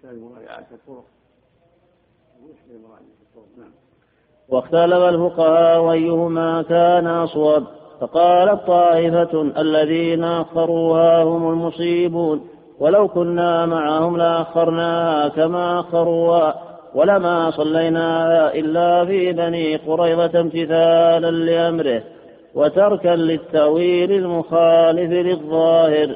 واختلف الفقهاء أيهما كان أصوب، فقالت طائفة الذين أخروها هم المصيبون، ولو كنا معهم لأخرناها كما أخروها ولما صليناها إلا في بني قريظة امتثالا لأمره وتركا للتأويل المخالف للظاهر.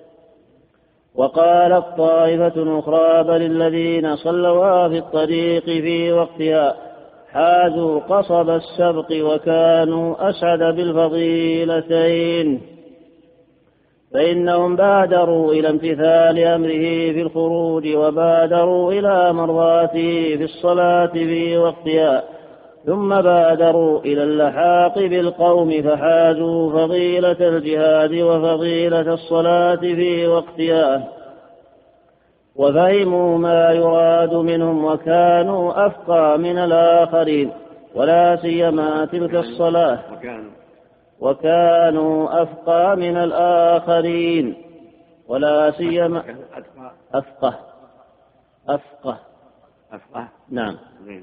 وقالت طائفة أخرى بل الذين صلوها في الطريق في وقتها حازوا قصب السبق وكانوا أسعد بالفضيلتين، فإنهم بادروا إلى امتثال أمره في الخروج وبادروا إلى مرضاته في الصلاة في وقتها، ثم بادروا إلى اللحاق بالقوم فحازوا فضيلة الجهاد وفضيلة الصلاة في وقتها، وفهموا ما يراد منهم وكانوا أفقى من الآخرين، ولا سيما تلك الصلاة، وكانوا أفقى من الآخرين ولا سيما أفقه أفقه أفقه نعم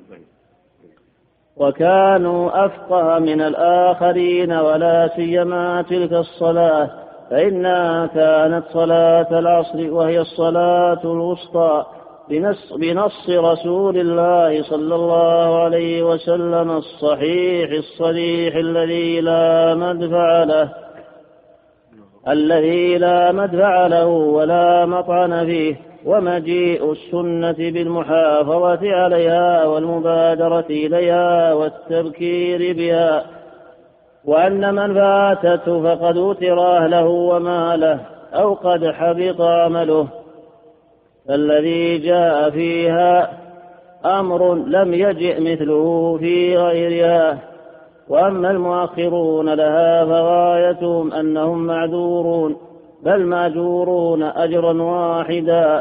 وكانوا أفقه من الآخرين ولا سيما تلك الصلاة، فإنها كانت صلاة العصر وهي الصلاة الوسطى بنص, بنص رسول الله صلى الله عليه وسلم الصحيح الصريح الذي لا مدفع له الذي لا مدفع له ولا مطعن فيه، ومجيء السنة بالمحافظة عليها والمبادرة إليها والتبكير بها، وأن من فاتته فقد أوتر أهله وماله أو قد حبط عمله، فالذي جاء فيها أمر لم يجئ مثله في غيرها. وأما المؤخرون لها فغايتهم أنهم معذورون بل مأجورون أجرا واحدا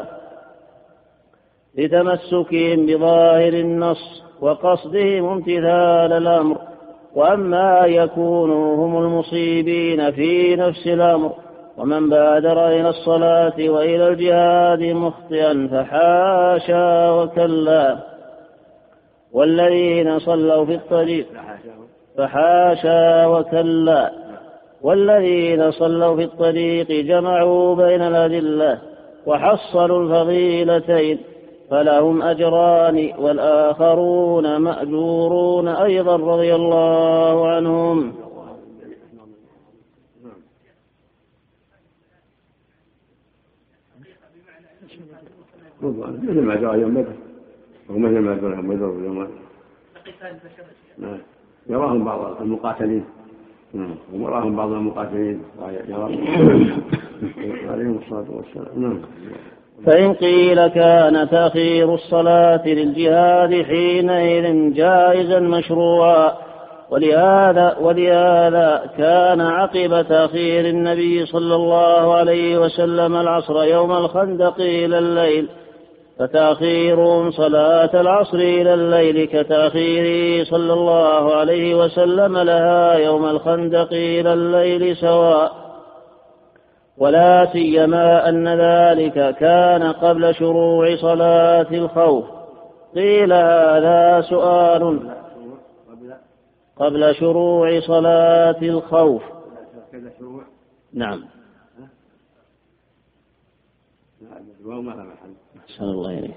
لتمسكهم بظاهر النص وقصدهم امتثال الأمر، وأما يكونوا هم المصيبين في نفس الأمر ومن بادر إلى الصلاة وإلى الجهاد مخطئا فحاشا وكلا، والذين صلوا في الطريق فحاشا وكلا والذين صلوا في الطريق جمعوا بين الأدلة وحصلوا الفضيلتين فلهم أجران والآخرون مأجورون أيضا رضي الله عنهم. مثل ما جاء يوم بدر ومثل ما جاء يوم بدر ويوم يراهم بعض المقاتلين وراهم بعض المقاتلين عليهم الصلاة والسلام. فإن قيل كان تأخير الصلاة للجهاد حينئذ جائزا مشروعا، ولهذا, ولهذا كان عقب تأخير النبي صلى الله عليه وسلم العصر يوم الخندق إلى الليل، فتأخيرهم صلاة العصر إلى الليل كتأخيره صلى الله عليه وسلم لها يوم الخندق إلى الليل سواء، ولا سيما أن ذلك كان قبل شروع صلاة الخوف. قيل هذا سؤال قبل شروع صلاة الخوف. نعم أحسن الله إليه.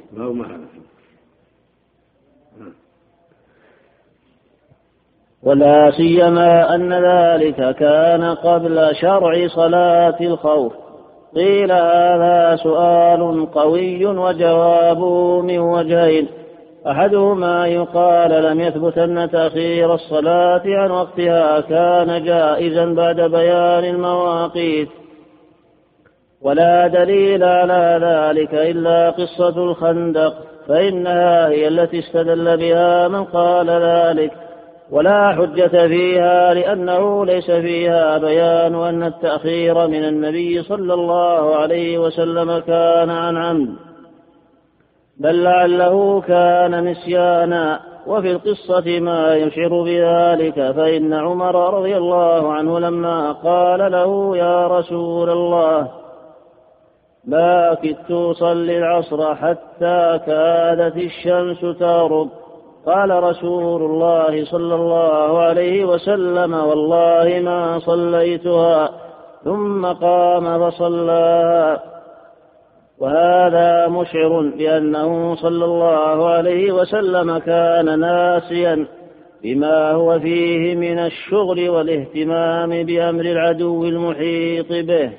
ولا سيما أن ذلك كان قبل شرع صلاة الخوف. قيل هذا سؤال قوي وجوابه من وجهين، أحدهما يقال لم يثبت أن تأخير الصلاة عن وقتها كان جائزا بعد بيان المواقيت، ولا دليل على ذلك إلا قصة الخندق، فإنها هي التي استدل بها من قال ذلك، ولا حجة فيها لأنه ليس فيها بيان أن التأخير من النبي صلى الله عليه وسلم كان عن عمد، بل لعله كان نسيانا. وفي القصة ما يشعر بذلك، فإن عمر رضي الله عنه لما قال له يا رسول الله ما كدت أصلي العصر حتى كادت الشمس تغرب. قال رسول الله صلى الله عليه وسلم: والله ما صليتها. ثم قام فصلاها. وهذا مشعر بأنه صلى الله عليه وسلم كان ناسيا بما هو فيه من الشغل والاهتمام بأمر العدو المحيط به،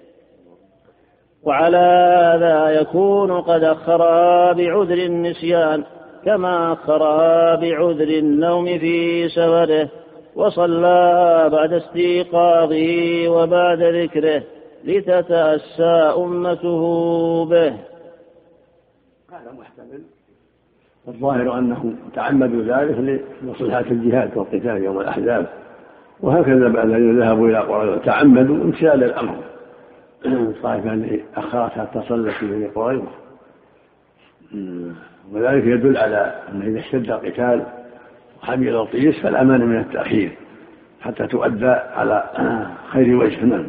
وعلى هذا يكون قد أخرها بعذر النسيان كما أخرها بعذر النوم في سفره، وصلى بعد استيقاظه وبعد ذكره لتتأسى أمته به. هذا محتمل، الظاهر أنه تعمدوا ذلك لمصلحة الجهاد والقتال يوم الأحزاب، وهكذا بعد أن ذهبوا إلى قريظة تعمدوا امتثال الأمر. طائفة أن أخرت حتى صلت في قريظة، وذلك يدل على أن إذا اشتد القتال وحمي الوطيس فالأمان من التأخير حتى تؤدى على خير وجه.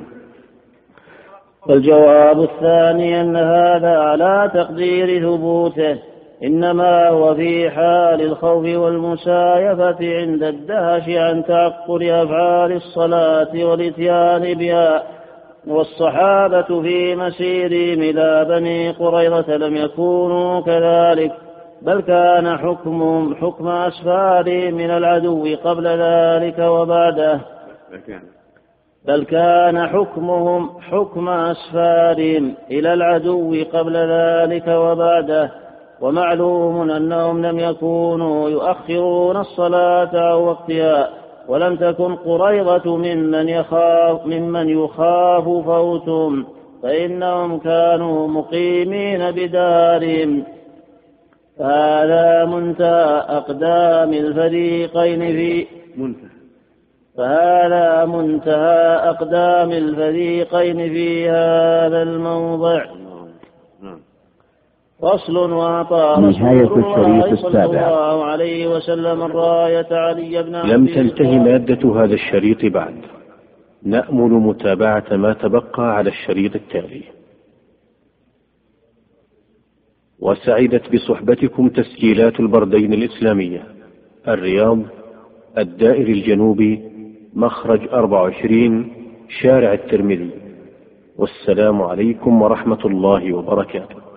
والجواب الثاني أن هذا على تقدير ثبوته، إنما هو في حال الخوف والمسايفة عند الدهش عن تعقل أفعال الصلاة والإتيان بها. والصحابة في مسيرهم إلى بني قريظة لم يكونوا كذلك، بل كان حكمهم حكم أسفارهم من العدو قبل ذلك وبعده بل كان حكمهم حكم أسفارهم إلى العدو قبل ذلك وبعده ومعلوم أنهم لم يكونوا يؤخرون الصلاة عن وقتها، ولم تكن قريظة ممن يخاف, ممن يخاف فوتهم، فإنهم كانوا مقيمين بدارهم. فهذا منتهى أقدام الفريقين في منتهى فهذا منتهى أقدام الفريقين في هذا الموضع. فصل. وأعطى رسول الله صلى الله عليه وسلم الراية علي بن أبي لم تنتهي مادة هذا الشريط بعد، نأمل متابعة ما تبقى على الشريط التالي. وسعدت بصحبتكم تسجيلات البردين الإسلامية، الرياض، الدائري الجنوبي، مخرج أربعة وعشرين، شارع الترمذي. والسلام عليكم ورحمة الله وبركاته.